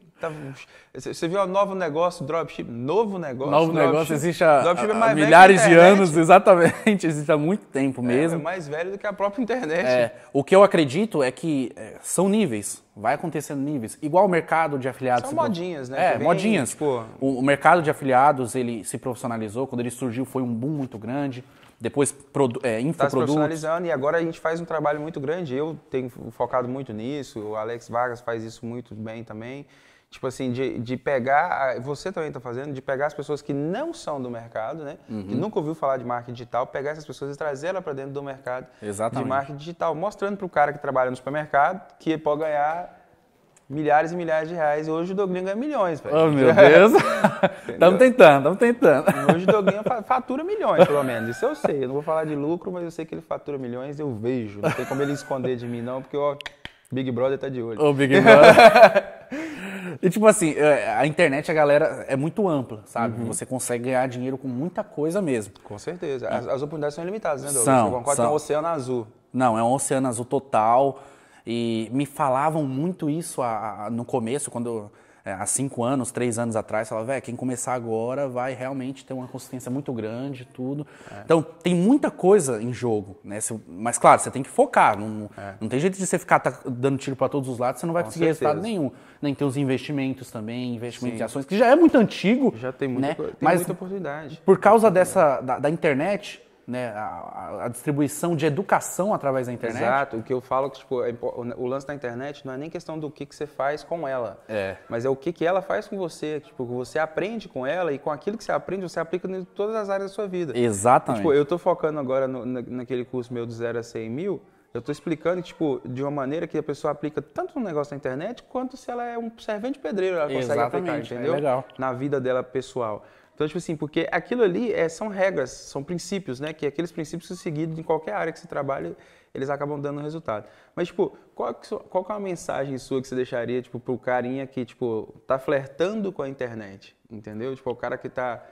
Speaker 1: você viu o novo negócio, dropshipping, novo
Speaker 2: negócio existe há milhares de anos, exatamente, existe há muito tempo mesmo.
Speaker 1: É mais velho do que a própria internet.
Speaker 2: O que eu acredito é que são níveis, vai acontecendo níveis, igual o mercado de afiliados.
Speaker 1: São modinhas, né?
Speaker 2: Modinhas. Tipo... O mercado de afiliados, ele se profissionalizou, quando ele surgiu foi um boom muito grande. Depois, infoprodutos.
Speaker 1: Está se profissionalizando e agora a gente faz um trabalho muito grande. Eu tenho focado muito nisso, o Alex Vargas faz isso muito bem também. Tipo assim, de pegar, você também está fazendo, de pegar as pessoas que não são do mercado, né? Que nunca ouviu falar de marketing digital, pegar essas pessoas e trazer elas para dentro do mercado de marketing digital. Mostrando para o cara que trabalha no supermercado que ele pode ganhar milhares e milhares de reais. Hoje o Douglinho ganha milhões, velho.
Speaker 2: Oh, meu Deus. Estamos tentando.
Speaker 1: Hoje o Douglinho fatura milhões, pelo menos. Isso eu sei. Eu não vou falar de lucro, mas eu sei que ele fatura milhões, eu vejo. Não tem como ele esconder de mim, não, porque o Big Brother tá de olho.
Speaker 2: O Big Brother. E tipo assim, a internet, a galera é muito ampla, sabe? Você consegue ganhar dinheiro com muita coisa mesmo.
Speaker 1: Com certeza. As oportunidades são ilimitadas, né, Douglas?
Speaker 2: Você
Speaker 1: concorda que é um oceano azul.
Speaker 2: Não, é um oceano azul total. E me falavam muito isso no começo, quando há 5 anos, 3 anos atrás, falavam, velho, quem começar agora vai realmente ter uma consistência muito grande, tudo. Então, tem muita coisa em jogo, né? Mas, claro, você tem que focar. Não tem jeito de você ficar dando tiro para todos os lados, você não vai conseguir resultado nenhum. Nem tem os investimentos também, investimentos em ações, que já é muito antigo.
Speaker 1: Já tem muita,
Speaker 2: né?
Speaker 1: Mas, muita oportunidade.
Speaker 2: Por causa da internet... Né, a distribuição de educação através da internet.
Speaker 1: Exato, o que eu falo que tipo, o lance da internet não é nem questão do que você faz com ela, mas é o que ela faz com você, tipo, você aprende com ela e com aquilo que você aprende, você aplica em todas as áreas da sua vida.
Speaker 2: Exatamente.
Speaker 1: Tipo, eu estou focando agora naquele curso meu do 0 a 100 mil, eu estou explicando tipo, de uma maneira que a pessoa aplica tanto no negócio da internet, quanto se ela é um servente pedreiro, ela consegue aplicar, entendeu?
Speaker 2: Legal.
Speaker 1: Na vida dela pessoal. Então, tipo assim, porque aquilo ali são regras, são princípios, né? Que aqueles princípios são seguidos em qualquer área que você trabalha, eles acabam dando resultado. Mas, tipo, qual que é uma mensagem sua que você deixaria, tipo, pro carinha que, tipo, tá flertando com a internet, entendeu? Tipo, o cara que tá,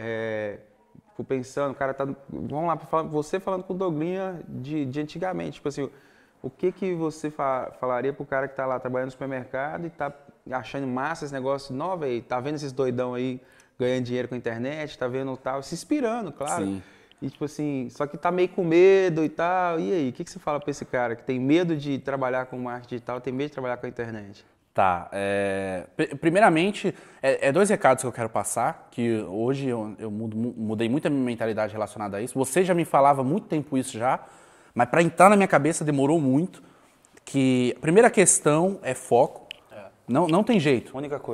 Speaker 1: tipo, pensando, o cara tá, vamos lá, você falando com o Douglinha de antigamente, tipo assim, o que você falaria pro cara que tá lá trabalhando no supermercado e tá achando massa esse negócio novo aí, tá vendo esses doidão aí, ganhando dinheiro com a internet, tá vendo tal, se inspirando, claro.
Speaker 2: Sim.
Speaker 1: E tipo assim, só que tá meio com medo e tal. E aí, o que você fala pra esse cara que tem medo de trabalhar com marketing digital, tem medo de trabalhar com a internet?
Speaker 2: Tá. Primeiramente, 2 recados que eu quero passar, que hoje eu mudei muito a minha mentalidade relacionada a isso. Você já me falava há muito tempo isso já, mas para entrar na minha cabeça demorou muito. Que a primeira questão é foco. Não tem jeito.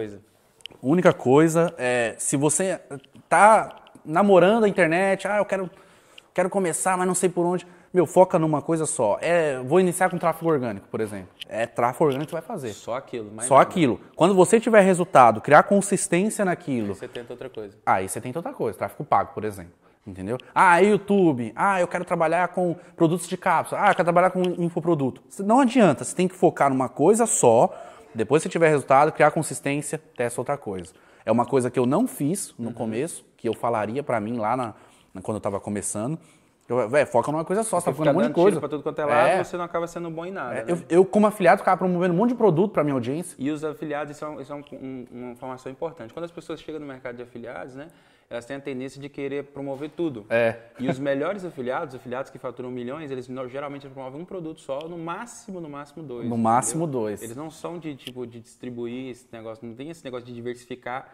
Speaker 2: Única coisa é, se você tá namorando a internet, eu quero começar, mas não sei por onde, foca numa coisa só. Vou iniciar com tráfego orgânico, por exemplo. É tráfego orgânico que vai fazer.
Speaker 1: Só aquilo.
Speaker 2: Só aquilo. Quando você tiver resultado, criar consistência naquilo.
Speaker 1: Aí você tenta outra coisa.
Speaker 2: Aí você tenta outra coisa, tráfego pago, por exemplo. Entendeu? YouTube. Eu quero trabalhar com produtos de cápsula. Eu quero trabalhar com infoproduto. Não adianta, você tem que focar numa coisa só. Depois que você tiver resultado, criar consistência, testa outra coisa. É uma coisa que eu não fiz no começo, que eu falaria pra mim lá quando eu tava começando. Foca numa coisa só, você tá focando um monte de coisa.
Speaker 1: Pra tudo quanto é lado, você não acaba sendo bom em nada. Né?
Speaker 2: Eu, como afiliado, ficava promovendo um monte de produto pra minha audiência.
Speaker 1: E os afiliados, isso é uma informação importante. Quando as pessoas chegam no mercado de afiliados, né, elas têm a tendência de querer promover tudo. E os melhores afiliados que faturam milhões, eles geralmente promovem um produto só, no máximo 2.
Speaker 2: No máximo 2.
Speaker 1: Eles não são de distribuir esse negócio, não tem esse negócio de diversificar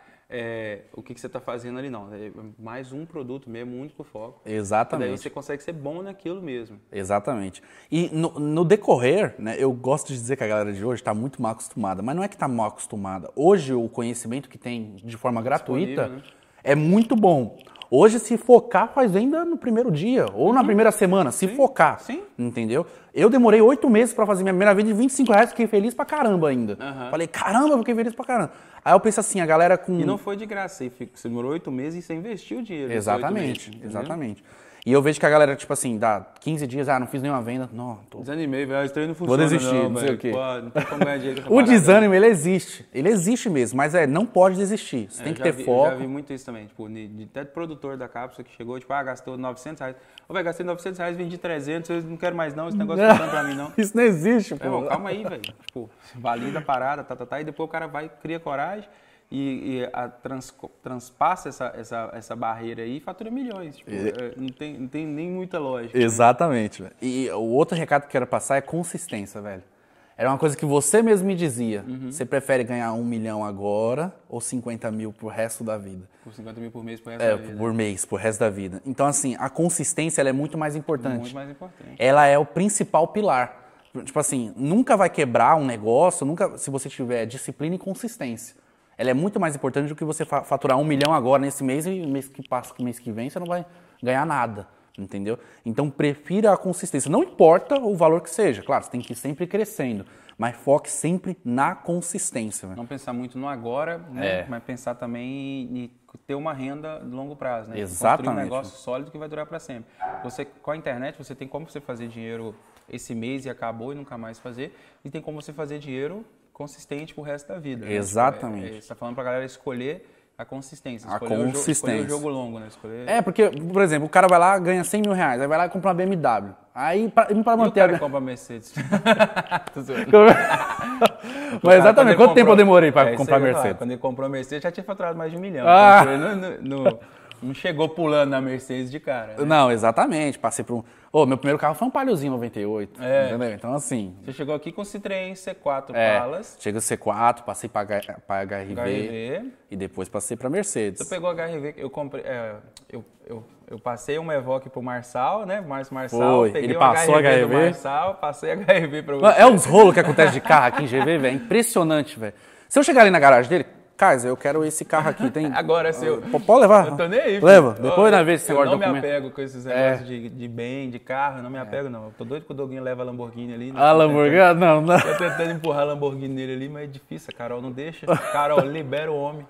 Speaker 1: o que você está fazendo ali, não. É mais um produto mesmo, um único foco.
Speaker 2: Exatamente.
Speaker 1: E daí você consegue ser bom naquilo mesmo.
Speaker 2: Exatamente. E no decorrer, né, eu gosto de dizer que a galera de hoje está muito mal acostumada, mas não é que está mal acostumada. Hoje, o conhecimento que tem de forma gratuita, né, é muito bom. Hoje, se focar, faz venda no primeiro dia ou na primeira semana, se focar.
Speaker 1: Sim.
Speaker 2: Entendeu? Eu demorei 8 meses para fazer minha primeira venda de R$25, fiquei feliz pra caramba ainda. Falei, caramba, fiquei feliz pra caramba. Aí eu penso assim, a galera com...
Speaker 1: E não foi de graça, você demorou 8 meses e você investiu o dinheiro.
Speaker 2: Exatamente, exatamente. E eu vejo que a galera, tipo assim, dá 15 dias, não fiz nenhuma venda. Não,
Speaker 1: Desanimei, velho. Esse treino não funciona.
Speaker 2: Vou desistir, não sei o quê.
Speaker 1: Pô, não tem como ganhar dinheiro.
Speaker 2: O desânimo, ele existe. Ele existe mesmo, mas não pode desistir. Você tem que ter foco.
Speaker 1: Eu já vi muito isso também. Tipo, até produtor da cápsula que chegou, tipo, gastou R$900. Ô, velho, gastei R$900, vendi 300, eu não quero mais não, esse negócio não funciona pra mim não.
Speaker 2: Isso não existe, pô.
Speaker 1: Calma aí, velho. Tipo, valida a parada, e depois o cara vai, cria coragem. Transpassa essa barreira aí e fatura milhões. Tipo, não tem nem muita lógica.
Speaker 2: Exatamente. Né? E o outro recado que eu quero passar é consistência, velho. Era uma coisa que você mesmo me dizia. Você prefere ganhar 1 milhão agora ou 50 mil pro resto da vida?
Speaker 1: Por 50 mil por mês pro resto da vida.
Speaker 2: Por mês, pro resto da vida. Então, assim, a consistência ela é muito mais importante.
Speaker 1: Muito mais importante.
Speaker 2: Ela é o principal pilar. Tipo assim, nunca vai quebrar um negócio, se você tiver disciplina e consistência. Ela é muito mais importante do que você faturar 1 milhão agora nesse mês e mês que passa, mês que vem, você não vai ganhar nada, entendeu? Então, prefira a consistência. Não importa o valor que seja, claro, você tem que ir sempre crescendo, mas foque sempre na consistência. Né?
Speaker 1: Não pensar muito no agora, né? Mas pensar também em ter uma renda de longo prazo, né?
Speaker 2: Exatamente.
Speaker 1: Construir um negócio sólido que vai durar para sempre. Com a internet, você tem como você fazer dinheiro esse mês e acabou e nunca mais fazer, e tem como você fazer dinheiro consistente pro resto da vida. Né?
Speaker 2: Exatamente.
Speaker 1: Você está falando pra galera escolher a consistência.
Speaker 2: Escolher
Speaker 1: o jogo longo, né?
Speaker 2: Porque, por exemplo, o cara vai lá, ganha 100 mil reais, aí vai lá e compra uma BMW. Aí, pra manter
Speaker 1: o cara compra Mercedes.
Speaker 2: Mas exatamente, quanto tempo eu demorei pra comprar Mercedes?
Speaker 1: Quando ele comprou a Mercedes, já tinha faturado mais de 1 milhão. Então, não chegou pulando na Mercedes de cara. Né?
Speaker 2: Não, exatamente. Passei por meu primeiro carro foi um Paliozinho 98. Entendeu? Então, assim...
Speaker 1: Você chegou aqui com o Citroën C4 Palas.
Speaker 2: Chega o C4, passei pra HRV e depois passei pra Mercedes.
Speaker 1: Você pegou a HRV, eu comprei... Eu passei um Evoque pro Marçal, né? Marçal, peguei
Speaker 2: ele passou a HRV
Speaker 1: do Marçal, passei a HRV pra você.
Speaker 2: É uns rolos que acontece de carro aqui em GV, velho. Impressionante, velho. Se eu chegar ali na garagem dele... Kaiser, eu quero esse carro aqui. Tem...
Speaker 1: Agora é seu.
Speaker 2: Pode levar?
Speaker 1: Eu tô nem aí.
Speaker 2: Leva. Depois na vez você
Speaker 1: guarda o documento. Eu não me apego com esses negócios de bem, de carro. Eu não me apego, não. Eu tô doido que o Doguinho leva a Lamborghini ali.
Speaker 2: A Lamborghini? Não.
Speaker 1: Tô tentando empurrar a Lamborghini nele ali, mas é difícil. A Carol não deixa. Carol, libera o homem.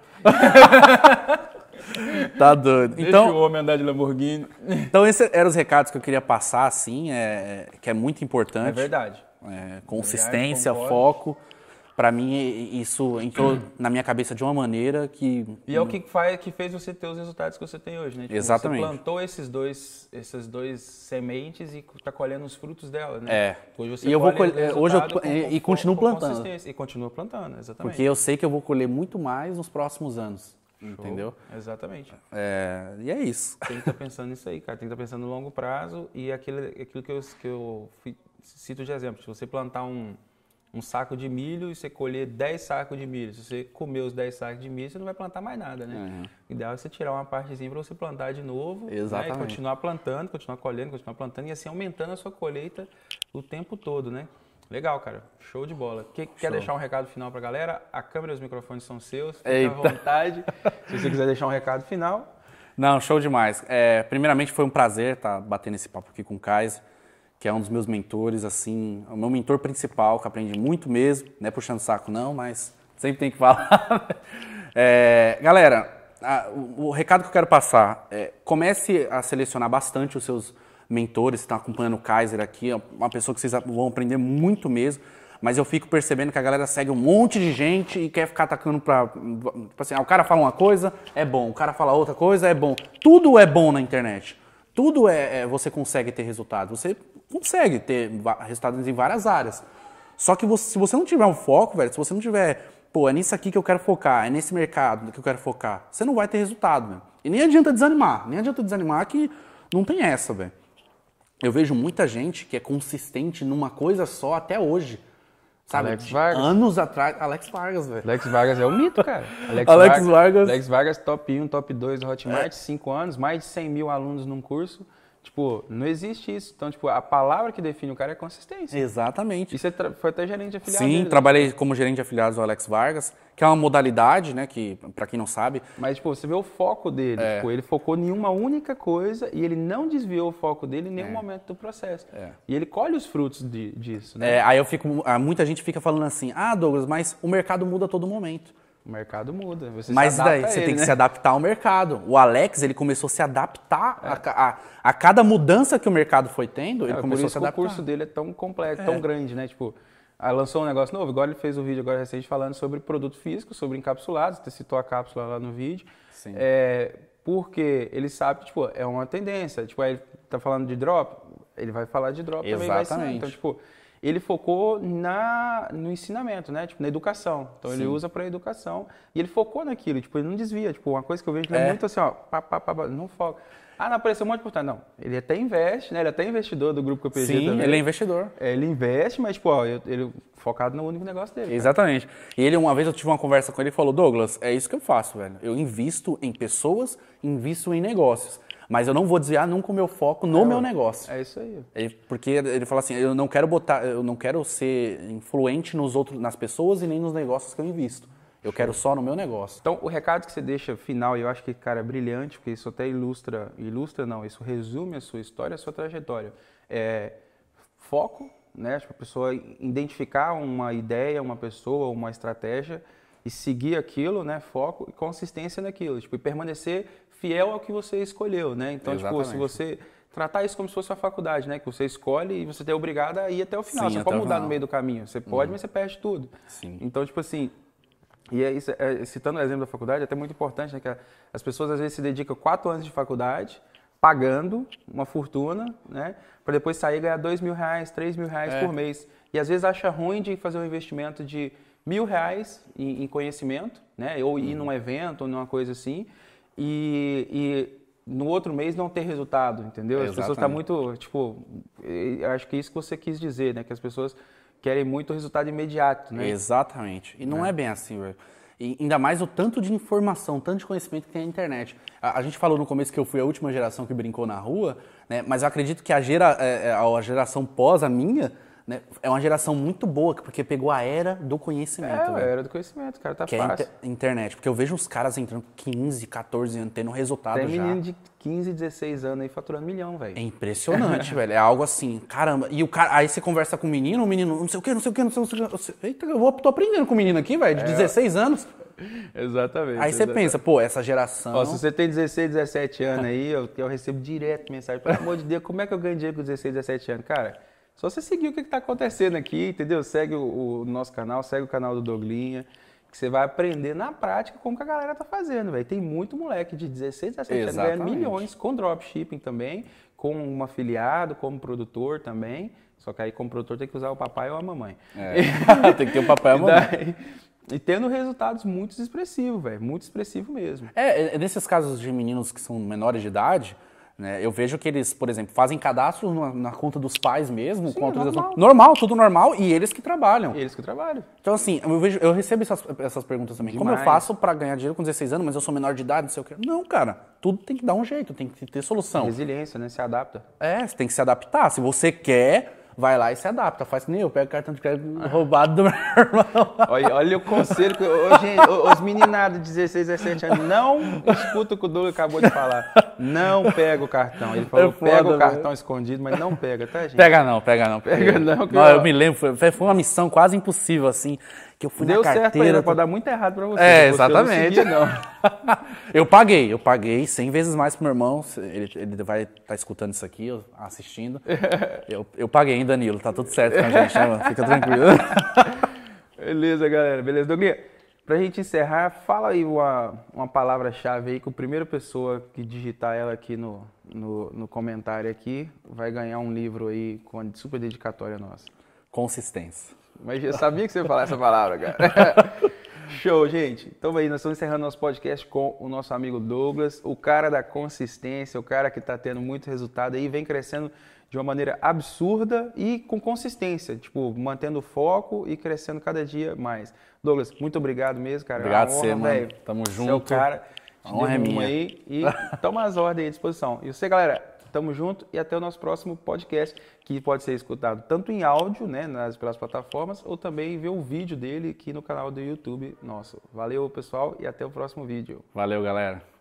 Speaker 2: Tá doido.
Speaker 1: Deixa o homem andar de Lamborghini.
Speaker 2: Então esses eram os recados que eu queria passar, assim, que é muito importante. É
Speaker 1: verdade.
Speaker 2: Consistência, foco. Pra mim, isso entrou na minha cabeça de uma maneira que...
Speaker 1: E é o que fez você ter os resultados que você tem hoje, né? Tipo,
Speaker 2: exatamente.
Speaker 1: Você plantou esses dois sementes e tá colhendo os frutos dela, né?
Speaker 2: Hoje você e continuo plantando.
Speaker 1: E continua plantando, exatamente.
Speaker 2: Porque eu sei que eu vou colher muito mais nos próximos anos. Entendeu?
Speaker 1: Exatamente.
Speaker 2: E é isso.
Speaker 1: Tem que estar pensando nisso aí, cara. Tem que estar pensando no longo prazo e aquilo que eu cito de exemplo. Se você plantar um saco de milho e você colher 10 sacos de milho. Se você comer os 10 sacos de milho, você não vai plantar mais nada, né? O ideal é você tirar uma partezinha para você plantar de novo.
Speaker 2: Exatamente.
Speaker 1: Né? E continuar plantando, continuar colhendo, continuar plantando e assim aumentando a sua colheita o tempo todo, né? Legal, cara. Show de bola. Quer deixar um recado final pra galera? A câmera e os microfones são seus. Fique à vontade. Se você quiser deixar um recado final.
Speaker 2: Não, show demais. Primeiramente, foi um prazer estar batendo esse papo aqui com o Kaiser, que é um dos meus mentores, assim, o meu mentor principal, que aprendi muito mesmo, não é puxando saco não, mas sempre tem que falar. Galera, o recado que eu quero passar comece a selecionar bastante os seus mentores, você está acompanhando o Kaiser aqui, é uma pessoa que vocês vão aprender muito mesmo, mas eu fico percebendo que a galera segue um monte de gente e quer ficar atacando pra... Tipo assim, o cara fala uma coisa, é bom, o cara fala outra coisa, é bom. Tudo é bom na internet. Tudo você consegue ter resultado. Você consegue ter resultados em várias áreas. Só que se você não tiver um foco, velho, se você não tiver, é nisso aqui que eu quero focar, é nesse mercado que eu quero focar, você não vai ter resultado, velho. E nem adianta desanimar que não tem essa, velho. Eu vejo muita gente que é consistente numa coisa só até hoje. Sabe?
Speaker 1: Alex Vargas.
Speaker 2: Anos atrás, Alex Vargas, velho.
Speaker 1: Alex Vargas é o mito, cara. Alex Vargas, top 1, top 2 do Hotmart, 5 anos, mais de 100 mil alunos num curso. Tipo, não existe isso. Então, tipo, a palavra que define o cara é consistência.
Speaker 2: Exatamente.
Speaker 1: E você foi até gerente de afiliados?
Speaker 2: Sim, trabalhei como gerente de afiliados do Alex Vargas, que é uma modalidade, né, que, pra quem não sabe...
Speaker 1: Mas, tipo, você vê o foco dele. Tipo, ele focou em uma única coisa e ele não desviou o foco dele em nenhum momento do processo. E ele colhe os frutos disso, né?
Speaker 2: Aí muita gente fica falando assim, Douglas, mas o mercado muda a todo momento.
Speaker 1: O mercado muda.
Speaker 2: Mas daí você tem que se adaptar ao mercado. O Alex, ele começou a se adaptar a cada mudança que o mercado foi tendo, ele começou a se adaptar.
Speaker 1: O curso dele é tão complexo, tão grande, né? Tipo, lançou um negócio novo, igual ele fez um vídeo agora recente falando sobre produto físico, sobre encapsulados, você citou a cápsula lá no vídeo.
Speaker 2: Sim.
Speaker 1: Porque ele sabe que, tipo, é uma tendência. Tipo, aí ele tá falando de drop, ele vai falar de drop também, vai ensinar. Então, tipo, ele focou no ensinamento, né? Tipo, na educação. Então, ele usa para educação. E ele focou naquilo, tipo, ele não desvia. Tipo, uma coisa que eu vejo que ele é muito assim, ó, não foca. Não apareceu um monte de portanto. Não, ele até investe, né? Ele é até investidor do Grupo KPG também.
Speaker 2: Sim, ele é investidor.
Speaker 1: Ele investe, mas, tipo, ó, ele focado no único negócio dele.
Speaker 2: Exatamente. Cara. E ele, uma vez eu tive uma conversa com ele e falou, Douglas, é isso que eu faço, velho. Eu invisto em pessoas, invisto em negócios. Mas eu não vou desviar nunca o meu foco no meu negócio.
Speaker 1: É isso aí.
Speaker 2: Porque ele fala assim, eu não quero ser influente nas pessoas e nem nos negócios que eu invisto. Eu quero só no meu negócio.
Speaker 1: Então, o recado que você deixa final, e eu acho que, cara, é brilhante, porque isso até isso resume a sua história, a sua trajetória. Foco, né? Tipo, a pessoa identificar uma ideia, uma pessoa, uma estratégia e seguir aquilo, né? Foco e consistência naquilo. Tipo, e permanecer fiel ao que você escolheu, né? Então, tipo, se você tratar isso como se fosse uma faculdade, né? Que você escolhe e você é obrigado a ir até o final. Sim, você pode mudar no meio do caminho. Você pode, mas você perde tudo.
Speaker 2: Sim.
Speaker 1: Então, tipo assim... E citando o exemplo da faculdade, é até muito importante, né, que as pessoas às vezes se dedicam 4 anos de faculdade, pagando uma fortuna, né, para depois sair e ganhar R$2.000, R$3.000 por mês. E às vezes acha ruim de fazer um investimento de R$1.000 em conhecimento, né, ou ir num evento ou numa coisa assim, e no outro mês não ter resultado, entendeu? As pessoas estão muito, tipo, acho que é isso que você quis dizer, né, que as pessoas querem muito resultado imediato, né?
Speaker 2: Exatamente. E não é bem assim, velho. E ainda mais o tanto de informação, tanto de conhecimento que tem na internet. A gente falou no começo que eu fui a última geração que brincou na rua, né? Mas eu acredito que a geração pós a minha, né, é uma geração muito boa, porque pegou a era do conhecimento.
Speaker 1: A era do conhecimento, cara, tá fácil.
Speaker 2: É internet, porque eu vejo uns caras entrando com 15, 14 anos, tendo resultado já.
Speaker 1: Tem menino de 15, 16 anos aí faturando $1 milhão, velho.
Speaker 2: É impressionante, velho. É algo assim, caramba. E o cara, aí você conversa com o menino não sei o quê. Eita, tô aprendendo com o menino aqui, velho, de 16 anos.
Speaker 1: Exatamente.
Speaker 2: Aí você pensa, pô, essa geração...
Speaker 1: Ó, se você tem 16, 17 anos aí, eu recebo direto mensagem, pelo amor de Deus, como é que eu ganho dinheiro com 16, 17 anos? Cara, só você seguir o que está acontecendo aqui, entendeu? Segue o nosso canal, segue o canal do Douglinha, que você vai aprender na prática como que a galera tá fazendo, velho. Tem muito moleque de 16, 17 anos ganhando milhões com dropshipping também, com um afiliado, como produtor também. Só que aí como produtor tem que usar o papai ou a mamãe.
Speaker 2: Tem que ter o papai ou a mamãe.
Speaker 1: E tendo resultados muito expressivos, velho. Muito expressivo mesmo.
Speaker 2: Nesses casos de meninos que são menores de idade, né, eu vejo que eles, por exemplo, fazem cadastro na conta dos pais mesmo, sim, com autorização. Normal, tudo normal, e eles que trabalham. Então, assim, eu recebo essas perguntas também. Demais. Como eu faço para ganhar dinheiro com 16 anos, mas eu sou menor de idade, não sei o quê? Não, cara, tudo tem que dar um jeito, tem que ter solução.
Speaker 1: Resiliência, né? Se adapta.
Speaker 2: Você tem que se adaptar. Se você quer... Vai lá e se adapta, faz que nem eu, pego cartão de crédito roubado do meu irmão.
Speaker 1: Olha o conselho que... Gente, os meninados de 16, 17 anos, não escuta o que o Douglas acabou de falar. Não pega o cartão. Ele falou, pega o cartão escondido, mas não pega, tá, gente?
Speaker 2: Pega não. Eu me lembro, foi uma missão quase impossível, assim, que eu fui na carteira...
Speaker 1: Deu certo, pode dar muito errado pra você.
Speaker 2: Exatamente.
Speaker 1: Eu não segui, não.
Speaker 2: Eu paguei 100 vezes mais pro meu irmão, ele vai estar escutando isso aqui, assistindo. Eu paguei, hein, Danilo, tá tudo certo com a gente, né, fica tranquilo.
Speaker 1: Beleza, galera, beleza. Douglas, pra gente encerrar, fala aí uma palavra-chave aí que a primeira pessoa que digitar ela aqui no comentário aqui vai ganhar um livro aí com super dedicatória nossa.
Speaker 2: Consistência.
Speaker 1: Mas eu sabia que você ia falar essa palavra, cara. Show, gente. Então aí, nós estamos encerrando nosso podcast com o nosso amigo Douglas, o cara da consistência, o cara que está tendo muito resultado aí, vem crescendo de uma maneira absurda e com consistência, tipo, mantendo o foco e crescendo cada dia mais. Douglas, muito obrigado mesmo, cara.
Speaker 2: Obrigado a você, mano. Tamo junto.
Speaker 1: Você é o cara.
Speaker 2: A honra é minha.
Speaker 1: Aí e toma as ordens aí à disposição. E você, galera, tamo junto e até o nosso próximo podcast, que pode ser escutado tanto em áudio, né, pelas plataformas, ou também ver o vídeo dele aqui no canal do YouTube nosso. Valeu, pessoal, e até o próximo vídeo.
Speaker 2: Valeu, galera.